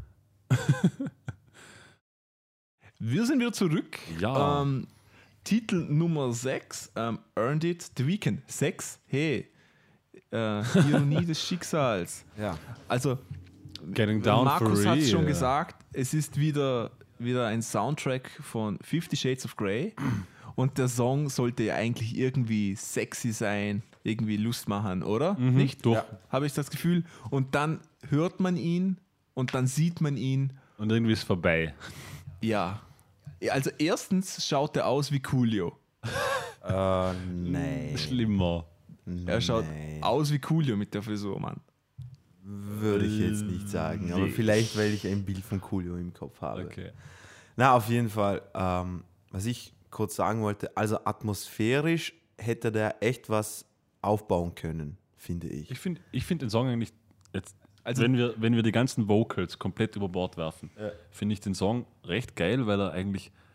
Wir sind wieder zurück. Ja. Titel Nummer 6, Earned It, The Weeknd. 6, hey, Ironie des Schicksals. Ja. Also, Getting down Markus for hat es schon real. gesagt, es ist wieder ein Soundtrack von 50 Shades of Grey. Und der Song sollte ja eigentlich irgendwie sexy sein, irgendwie Lust machen, oder? Nicht? doch. Ja. Habe ich das Gefühl. Und dann hört man ihn und dann sieht man ihn. Und irgendwie ist vorbei. Ja. Also erstens schaut er aus wie Coolio. Nein. Schlimmer. Er schaut aus wie Coolio mit der Frisur, Mann. Würde ich jetzt nicht sagen. Aber vielleicht, weil ich ein Bild von Coolio im Kopf habe. Okay. Na, auf jeden Fall. Was ich kurz sagen wollte, also atmosphärisch hätte der echt was aufbauen können, finde ich. Ich find den Song eigentlich jetzt, Also- wenn wir die ganzen Vocals komplett über Bord werfen, finde ich den Song recht geil, weil er eigentlich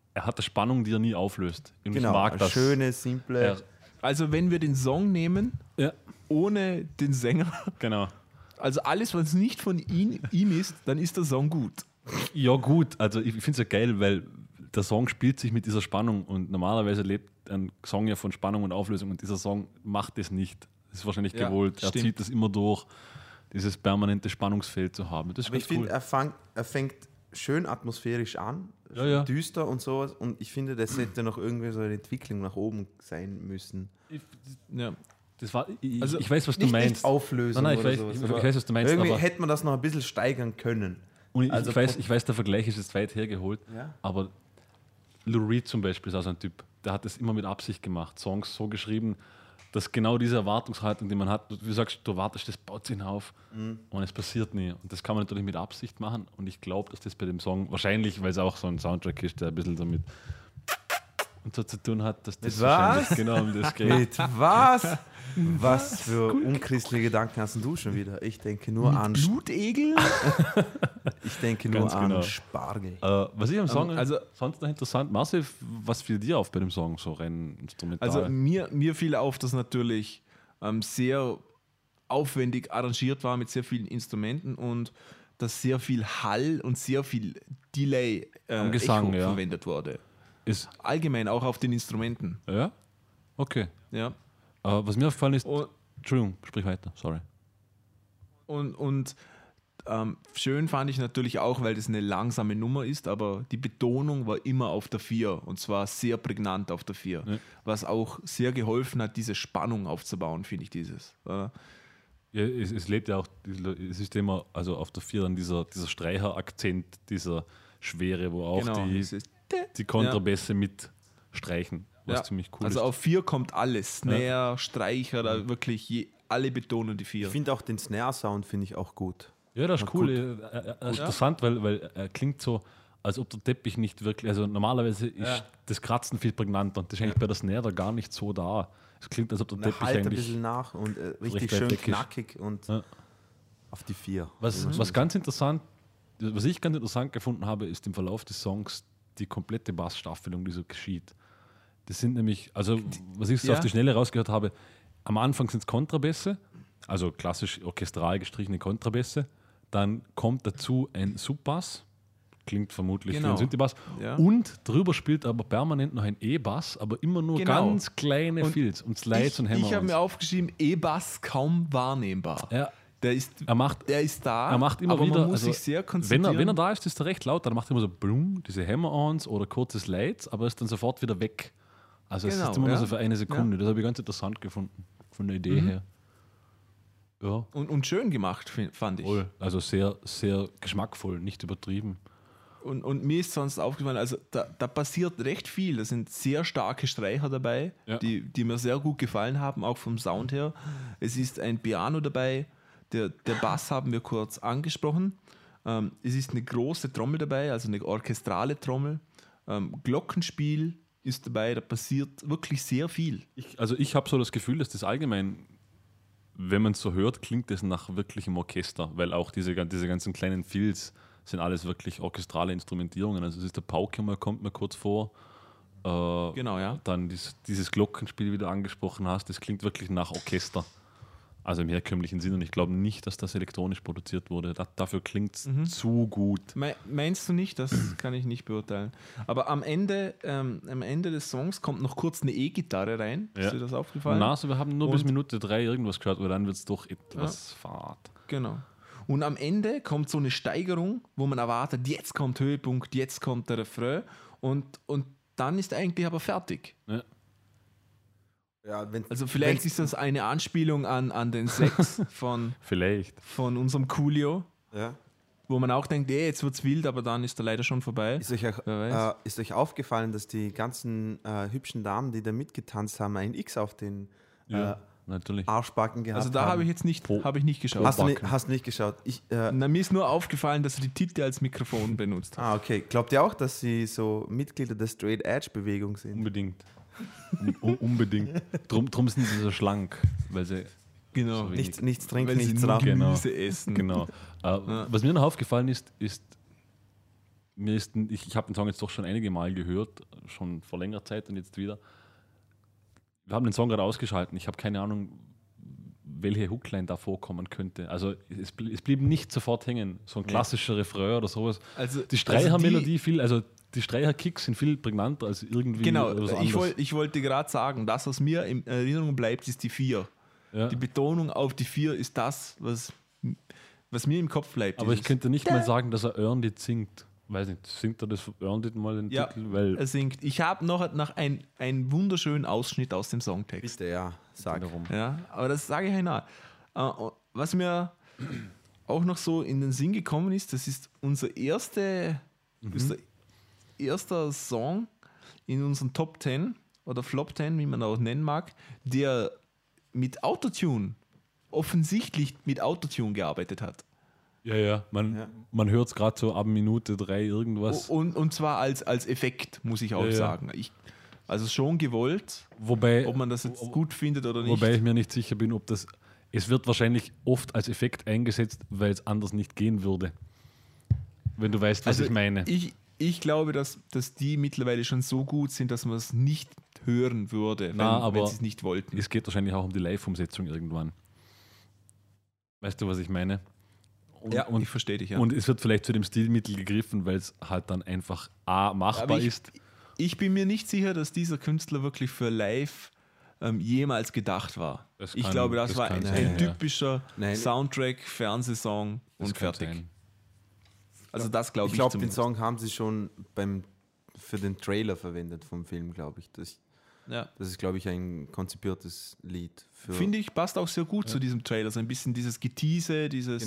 er hat eine Spannung, die er nie auflöst. Und Genau, ich mag das. schöne, simple. Also wenn wir den Song nehmen, Ja, ohne den Sänger, genau. also alles, was nicht von ihm ist, dann ist der Song gut. Ja, gut, also ich finde es ja geil, weil der Song spielt sich mit dieser Spannung und normalerweise lebt ein Song ja von Spannung und Auflösung und dieser Song macht das nicht. Das ist wahrscheinlich Ja, gewollt. Er stimmt. zieht das immer durch, dieses permanente Spannungsfeld zu haben. Das ist Aber ich ganz cool. finde, er fängt schön atmosphärisch an, Ja, ja. düster und sowas. Und ich finde, das hätte noch irgendwie so eine Entwicklung nach oben sein müssen. Ja. Das war, ich, Also ich weiß, was du Nicht meinst. Auflösung Nein, ich oder weiß, sowas. ich aber weiß, was du meinst, irgendwie aber- hätte man das noch ein bisschen steigern können. Und ich, Also ich weiß, der Vergleich ist jetzt weit hergeholt, Ja. aber Lou Reed zum Beispiel ist auch so ein Typ, der hat das immer mit Absicht gemacht, Songs so geschrieben, dass genau diese Erwartungshaltung, die man hat, du sagst, du erwartest, das baut sich auf und es passiert nie. Und das kann man natürlich mit Absicht machen und ich glaube, dass das bei dem Song, wahrscheinlich, weil es auch so ein Soundtrack ist, der ein bisschen damit und so zu tun hat, dass das Mit was? wahrscheinlich genau um das geht. Mit was? Was für unchristliche Gedanken hast denn du schon wieder? Ich denke nur an Blutegel? Ich denke nur Ganz an genau. Spargel. Was ich am Song also- sonst noch interessant, Marcel, was fiel dir auf bei dem Song, so rein instrumental? Also mir fiel auf, dass natürlich sehr aufwendig arrangiert war mit sehr vielen Instrumenten und dass sehr viel Hall und sehr viel Delay Am Gesang, Echo ja. verwendet wurde. ist, Allgemein auch auf den Instrumenten. ja? Okay. Ja. Was mir aufgefallen ist, Und, Entschuldigung, sprich weiter, sorry. und schön fand ich natürlich auch, weil das eine langsame Nummer ist, aber die Betonung war immer auf der 4 und zwar sehr prägnant auf der 4, Ja. was auch sehr geholfen hat, diese Spannung aufzubauen, finde ich dieses. Ja, es lebt ja auch, es ist immer, also auf der 4 dann dieser Streicher-Akzent, dieser Schwere, wo auch Genau, es ist- die Kontrabässe mitstreichen, was Ja. ziemlich cool Also ist. auf 4 kommt alles, Snare, Streicher, da wirklich alle betonen die 4. Ich finde auch den Snare-Sound finde ich auch gut. Ja, das ist Ja, cool. Interessant, weil er klingt so, als ob der Teppich nicht wirklich, also normalerweise ist das Kratzen viel prägnanter und das ist eigentlich bei der Snare da gar nicht so da. Es klingt, als ob der Und er Teppich halt ein eigentlich... bisschen nach und richtig recht weit schön weg ist. knackig und Ja. auf die 4. Was ganz interessant, was ich ganz interessant gefunden habe, ist im Verlauf des Songs die komplette Bassstaffelung, die so geschieht. Das sind nämlich, also was ich so Ja. auf die Schnelle rausgehört habe, am Anfang sind es Kontrabässe, also klassisch orchestral gestrichene Kontrabässe. Dann kommt dazu ein Subbass, klingt vermutlich wie Genau. ein Synthi-Bass. Ja. Und drüber spielt aber permanent noch ein E-Bass, aber immer nur Genau. ganz kleine Und Fills und Slides und Ich habe Hammer-Ons. mir aufgeschrieben, E-Bass kaum wahrnehmbar. Ja. Der ist Er da, macht immer aber wieder, man muss also sich sehr wenn konzentrieren. er da ist, ist er recht laut, dann macht er immer so Blum, diese Hammer-Ons oder kurze Slides, aber ist dann sofort wieder weg. Also es Genau, ist immer nur ja. so für eine Sekunde. Das habe ich ganz interessant gefunden, von der Idee her. Ja, und schön gemacht, fand ich. voll. Also sehr, sehr geschmackvoll, nicht übertrieben. Und mir ist sonst aufgefallen, also da passiert recht viel. Da sind sehr starke Streicher dabei, Ja. die mir sehr gut gefallen haben, auch vom Sound her. Es ist ein Piano dabei, der Bass haben wir kurz angesprochen. Es ist eine große Trommel dabei, also eine orchestrale Trommel. Glockenspiel ist dabei, da passiert wirklich sehr viel. Ich habe so das Gefühl, dass das allgemein, wenn man es so hört, klingt das nach wirklichem Orchester, weil auch diese ganzen kleinen Fills sind alles wirklich orchestrale Instrumentierungen. Also es ist der Pauke mal, kommt mir kurz vor. Genau, ja. Dann dieses Glockenspiel, wie du angesprochen hast, das klingt wirklich nach Orchester. Also im herkömmlichen Sinne. Und ich glaube nicht, dass das elektronisch produziert wurde. Dafür klingt es zu gut. Meinst du nicht? Das kann ich nicht beurteilen. Aber am Ende des Songs kommt noch kurz eine E-Gitarre rein. Ja. Ist dir das aufgefallen? Na, also wir haben nur bis Und- Minute 3 irgendwas gehört, aber dann wird es doch etwas fad. Genau. Und am Ende kommt so eine Steigerung, wo man erwartet, jetzt kommt Höhepunkt, jetzt kommt der Refrain und dann ist eigentlich aber fertig. Ja. Ja, Also vielleicht ist das eine Anspielung an den Sex Vielleicht. von unserem Coolio, ja. wo man auch denkt, jetzt wird's wild, aber dann ist er leider schon vorbei. Wer ist euch aufgefallen, dass die ganzen hübschen Damen, die da mitgetanzt haben, ein X auf den Natürlich. Arschbacken gehabt Also da haben? habe ich jetzt nicht geschaut. Hast du nicht geschaut? Na, mir ist nur aufgefallen, dass er die Titel als Mikrofon benutzt hat. Okay. Glaubt ihr auch, dass sie so Mitglieder der Straight Edge Bewegung sind? Unbedingt. Unbedingt. Drum sind sie so schlank, weil sie Genau. so wenig- Nichts trinken, Weil sie nichts nur rauchen. Genau. Gemüse essen. Genau. Was mir noch aufgefallen ist, ich habe den Song jetzt doch schon einige Mal gehört, schon vor längerer Zeit und jetzt wieder. Wir haben den Song gerade ausgeschalten. Ich habe keine Ahnung, welche Hookline da vorkommen könnte. Also es blieb nicht sofort hängen. So ein klassischer Refrain oder sowas. Also, die Streichermelodie die Streicherkicks sind viel prägnanter als irgendwie genau, was ich wollte gerade sagen, das, was mir in Erinnerung bleibt, ist die 4. Ja. Die Betonung auf die 4 ist das, was mir im Kopf bleibt. Aber ich könnte nicht mal sagen, dass er Earned It singt. Weiß nicht, singt er das Earned It mal den Titel? Weil er singt. Ich habe noch einen wunderschönen Ausschnitt aus dem Songtext. Bitte, ja, sag. Ja, aber das sage ich euch nach. Was mir auch noch so in den Sinn gekommen ist, das ist unser erster Song in unseren Top 10 oder Flop 10, wie man auch nennen mag, der mit Autotune, offensichtlich mit Autotune gearbeitet hat. Ja, man hört es gerade so ab Minute 3 irgendwas. Und zwar als Effekt, muss ich auch sagen. Also schon gewollt, ob man das jetzt gut findet oder nicht. Wobei ich mir nicht sicher bin, ob es wird wahrscheinlich oft als Effekt eingesetzt, weil es anders nicht gehen würde. Wenn du weißt, was ich meine. Ich glaube, dass die mittlerweile schon so gut sind, dass man es nicht hören würde, wenn sie es nicht wollten. Es geht wahrscheinlich auch um die Live-Umsetzung irgendwann. Weißt du, was ich meine? Ich verstehe dich, ja. Und es wird vielleicht zu dem Stilmittel gegriffen, weil es halt dann einfach machbar ist. Ich bin mir nicht sicher, dass dieser Künstler wirklich für live jemals gedacht war. Ich glaube, das war ein typischer Soundtrack, Fernsehsong und fertig. Sein. Also das glaube ich. Ich glaube, den Song haben sie schon für den Trailer verwendet vom Film, glaube ich. Das ist, glaube ich, ein konzipiertes Lied. Finde ich, passt auch sehr gut zu diesem Trailer. So ein bisschen dieses Getease,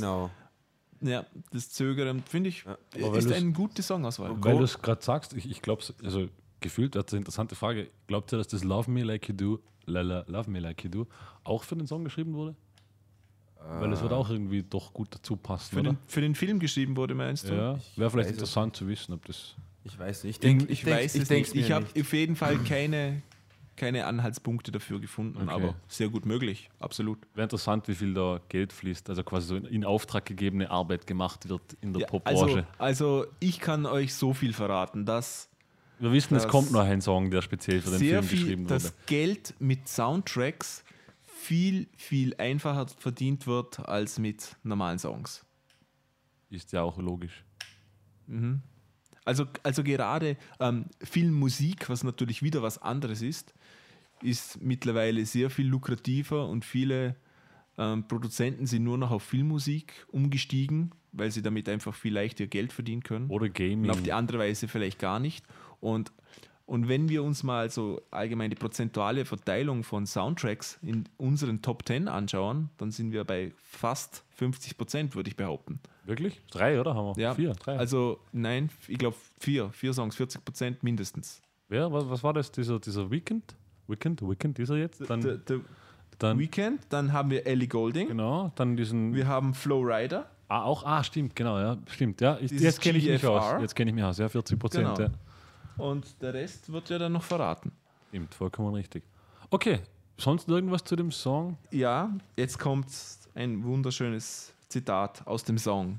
das Zögern, finde ich, ist eine gute Songauswahl. Weil du es gerade sagst, ich glaube, also gefühlt, das ist eine interessante Frage. Glaubt ihr, dass das Love Me Like You Do, Love Me Like You Do, auch für den Song geschrieben wurde? Weil es wird auch irgendwie doch gut dazu passen, für den Film geschrieben wurde, meinst du? Ja, wäre vielleicht interessant zu wissen, ob das... Ich weiß nicht. Ich weiß es nicht. Ich habe auf jeden Fall keine Anhaltspunkte dafür gefunden, aber sehr gut möglich, absolut. Wäre interessant, wie viel da Geld fließt, also quasi so in Auftrag gegebene Arbeit gemacht wird in der Popbranche. Also ich kann euch so viel verraten, dass wir wissen, es kommt noch ein Song, der speziell für den Film geschrieben wurde. Dass Geld mit Soundtracks viel, viel einfacher verdient wird als mit normalen Songs. Ist ja auch logisch. Mhm. Also gerade Filmmusik, was natürlich wieder was anderes ist mittlerweile sehr viel lukrativer und viele Produzenten sind nur noch auf Filmmusik umgestiegen, weil sie damit einfach viel leichter Geld verdienen können. Oder Gaming. Und auf die andere Weise vielleicht gar nicht. Und wenn wir uns mal so allgemein die prozentuale Verteilung von Soundtracks in unseren Top 10 anschauen, dann sind wir bei fast 50%, würde ich behaupten. Wirklich? 3, oder? Haben wir? Ja, 4, 3. Also nein, ich glaube 4 Songs, 40% mindestens. Wer? Was war das? Dieser Weekend? Weekend ist er jetzt? Dann Weekend, dann haben wir Ellie Goulding. Genau, dann diesen... Wir haben Flow Rider. Stimmt, genau, ja, stimmt. Ja, jetzt kenne ich mich aus. Ja, 40%. Genau. Ja. Und der Rest wird ja dann noch verraten. Stimmt, vollkommen richtig. Okay, sonst irgendwas zu dem Song? Ja, jetzt kommt ein wunderschönes Zitat aus dem Song.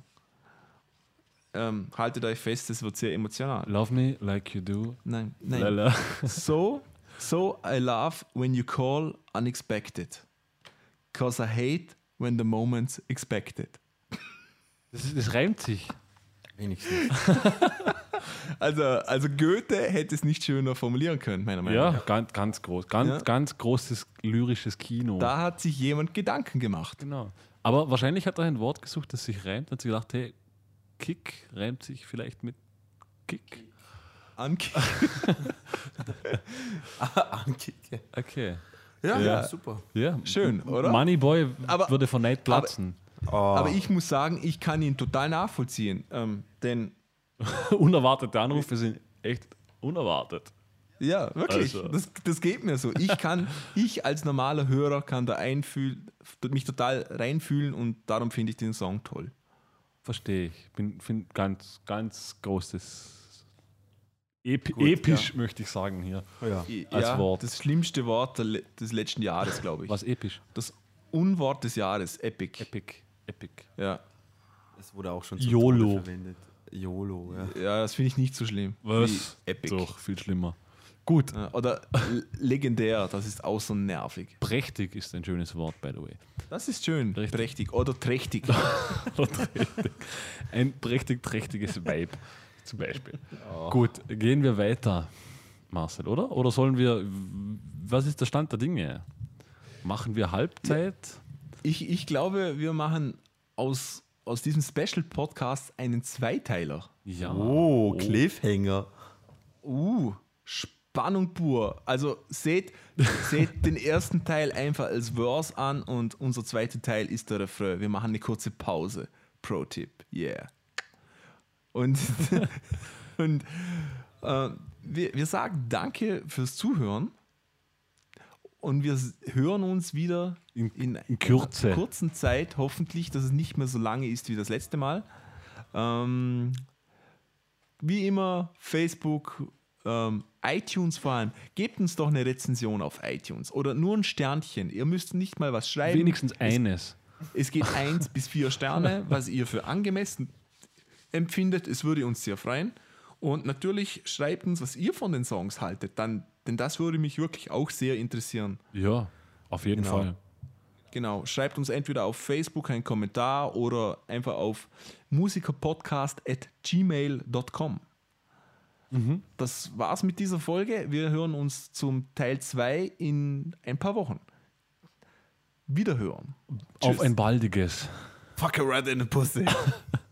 Haltet euch fest, es wird sehr emotional. Love me like you do. Nein. Lala. So I love when you call unexpected. 'Cause I hate when the moment's expected. Das reimt sich. Wenigstens. Also Goethe hätte es nicht schöner formulieren können, meiner Meinung nach. Ja, ganz groß. Ganz großes lyrisches Kino. Da hat sich jemand Gedanken gemacht. Genau. Aber wahrscheinlich hat er ein Wort gesucht, das sich reimt. Hat sich gedacht, hey, Kick reimt sich vielleicht mit Kick. Ankick. Ankick. Okay. Ja, super. Ja. Schön, oder? Moneyboy würde von Neid platzen. Aber ich muss sagen, ich kann ihn total nachvollziehen. Denn unerwartete Anrufe sind echt unerwartet. Ja, wirklich. Also. Das geht mir so. Ich als normaler Hörer kann da mich total reinfühlen und darum finde ich den Song toll. Verstehe ich. Finde ganz, ganz großes episch, möchte ich sagen hier. Als Wort. Das schlimmste Wort des letzten Jahres, glaube ich. Was episch? Das Unwort des Jahres, Epic. Epic. Ja. Das wurde auch schon zum YOLO Tode verwendet. YOLO, ja. Ja, das finde ich nicht so schlimm. Was? Wie Epic. Doch, viel schlimmer. Gut, Ja, oder legendär, das ist auch so nervig. prächtig ist ein schönes Wort, by the way. Das ist schön. Richtig. Prächtig oder trächtig. Ein trächtiges Vibe zum Beispiel. Gut, gehen wir weiter, Marcel, oder? Oder sollen wir, was ist der Stand der Dinge? Machen wir Halbzeit? Ich glaube, wir machen aus diesem Special-Podcast einen Zweiteiler. Ja. Oh, Cliffhanger. Spannung pur. Also seht den ersten Teil einfach als Verse an und unser zweiter Teil ist der Refrain. Wir machen eine kurze Pause. Pro-Tipp. Yeah. Und wir sagen Danke fürs Zuhören und wir hören uns wieder in Kürze. einer kurzen Zeit, hoffentlich, dass es nicht mehr so lange ist wie das letzte Mal. Wie immer, Facebook, iTunes vor allem. Gebt uns doch eine Rezension auf iTunes oder nur ein Sternchen. Ihr müsst nicht mal was schreiben. Wenigstens eines. Es geht 1 bis 4 Sterne, was ihr für angemessen empfindet. Es würde uns sehr freuen. Und natürlich schreibt uns, was ihr von den Songs haltet, denn das würde mich wirklich auch sehr interessieren. Ja, auf jeden Genau. Fall. Genau, schreibt uns entweder auf Facebook einen Kommentar oder einfach auf musikerpodcast@gmail.com. Das war's mit dieser Folge. Wir hören uns zum Teil 2 in ein paar Wochen. Wiederhören. Auf ein baldiges. Fuck a rat in the pussy.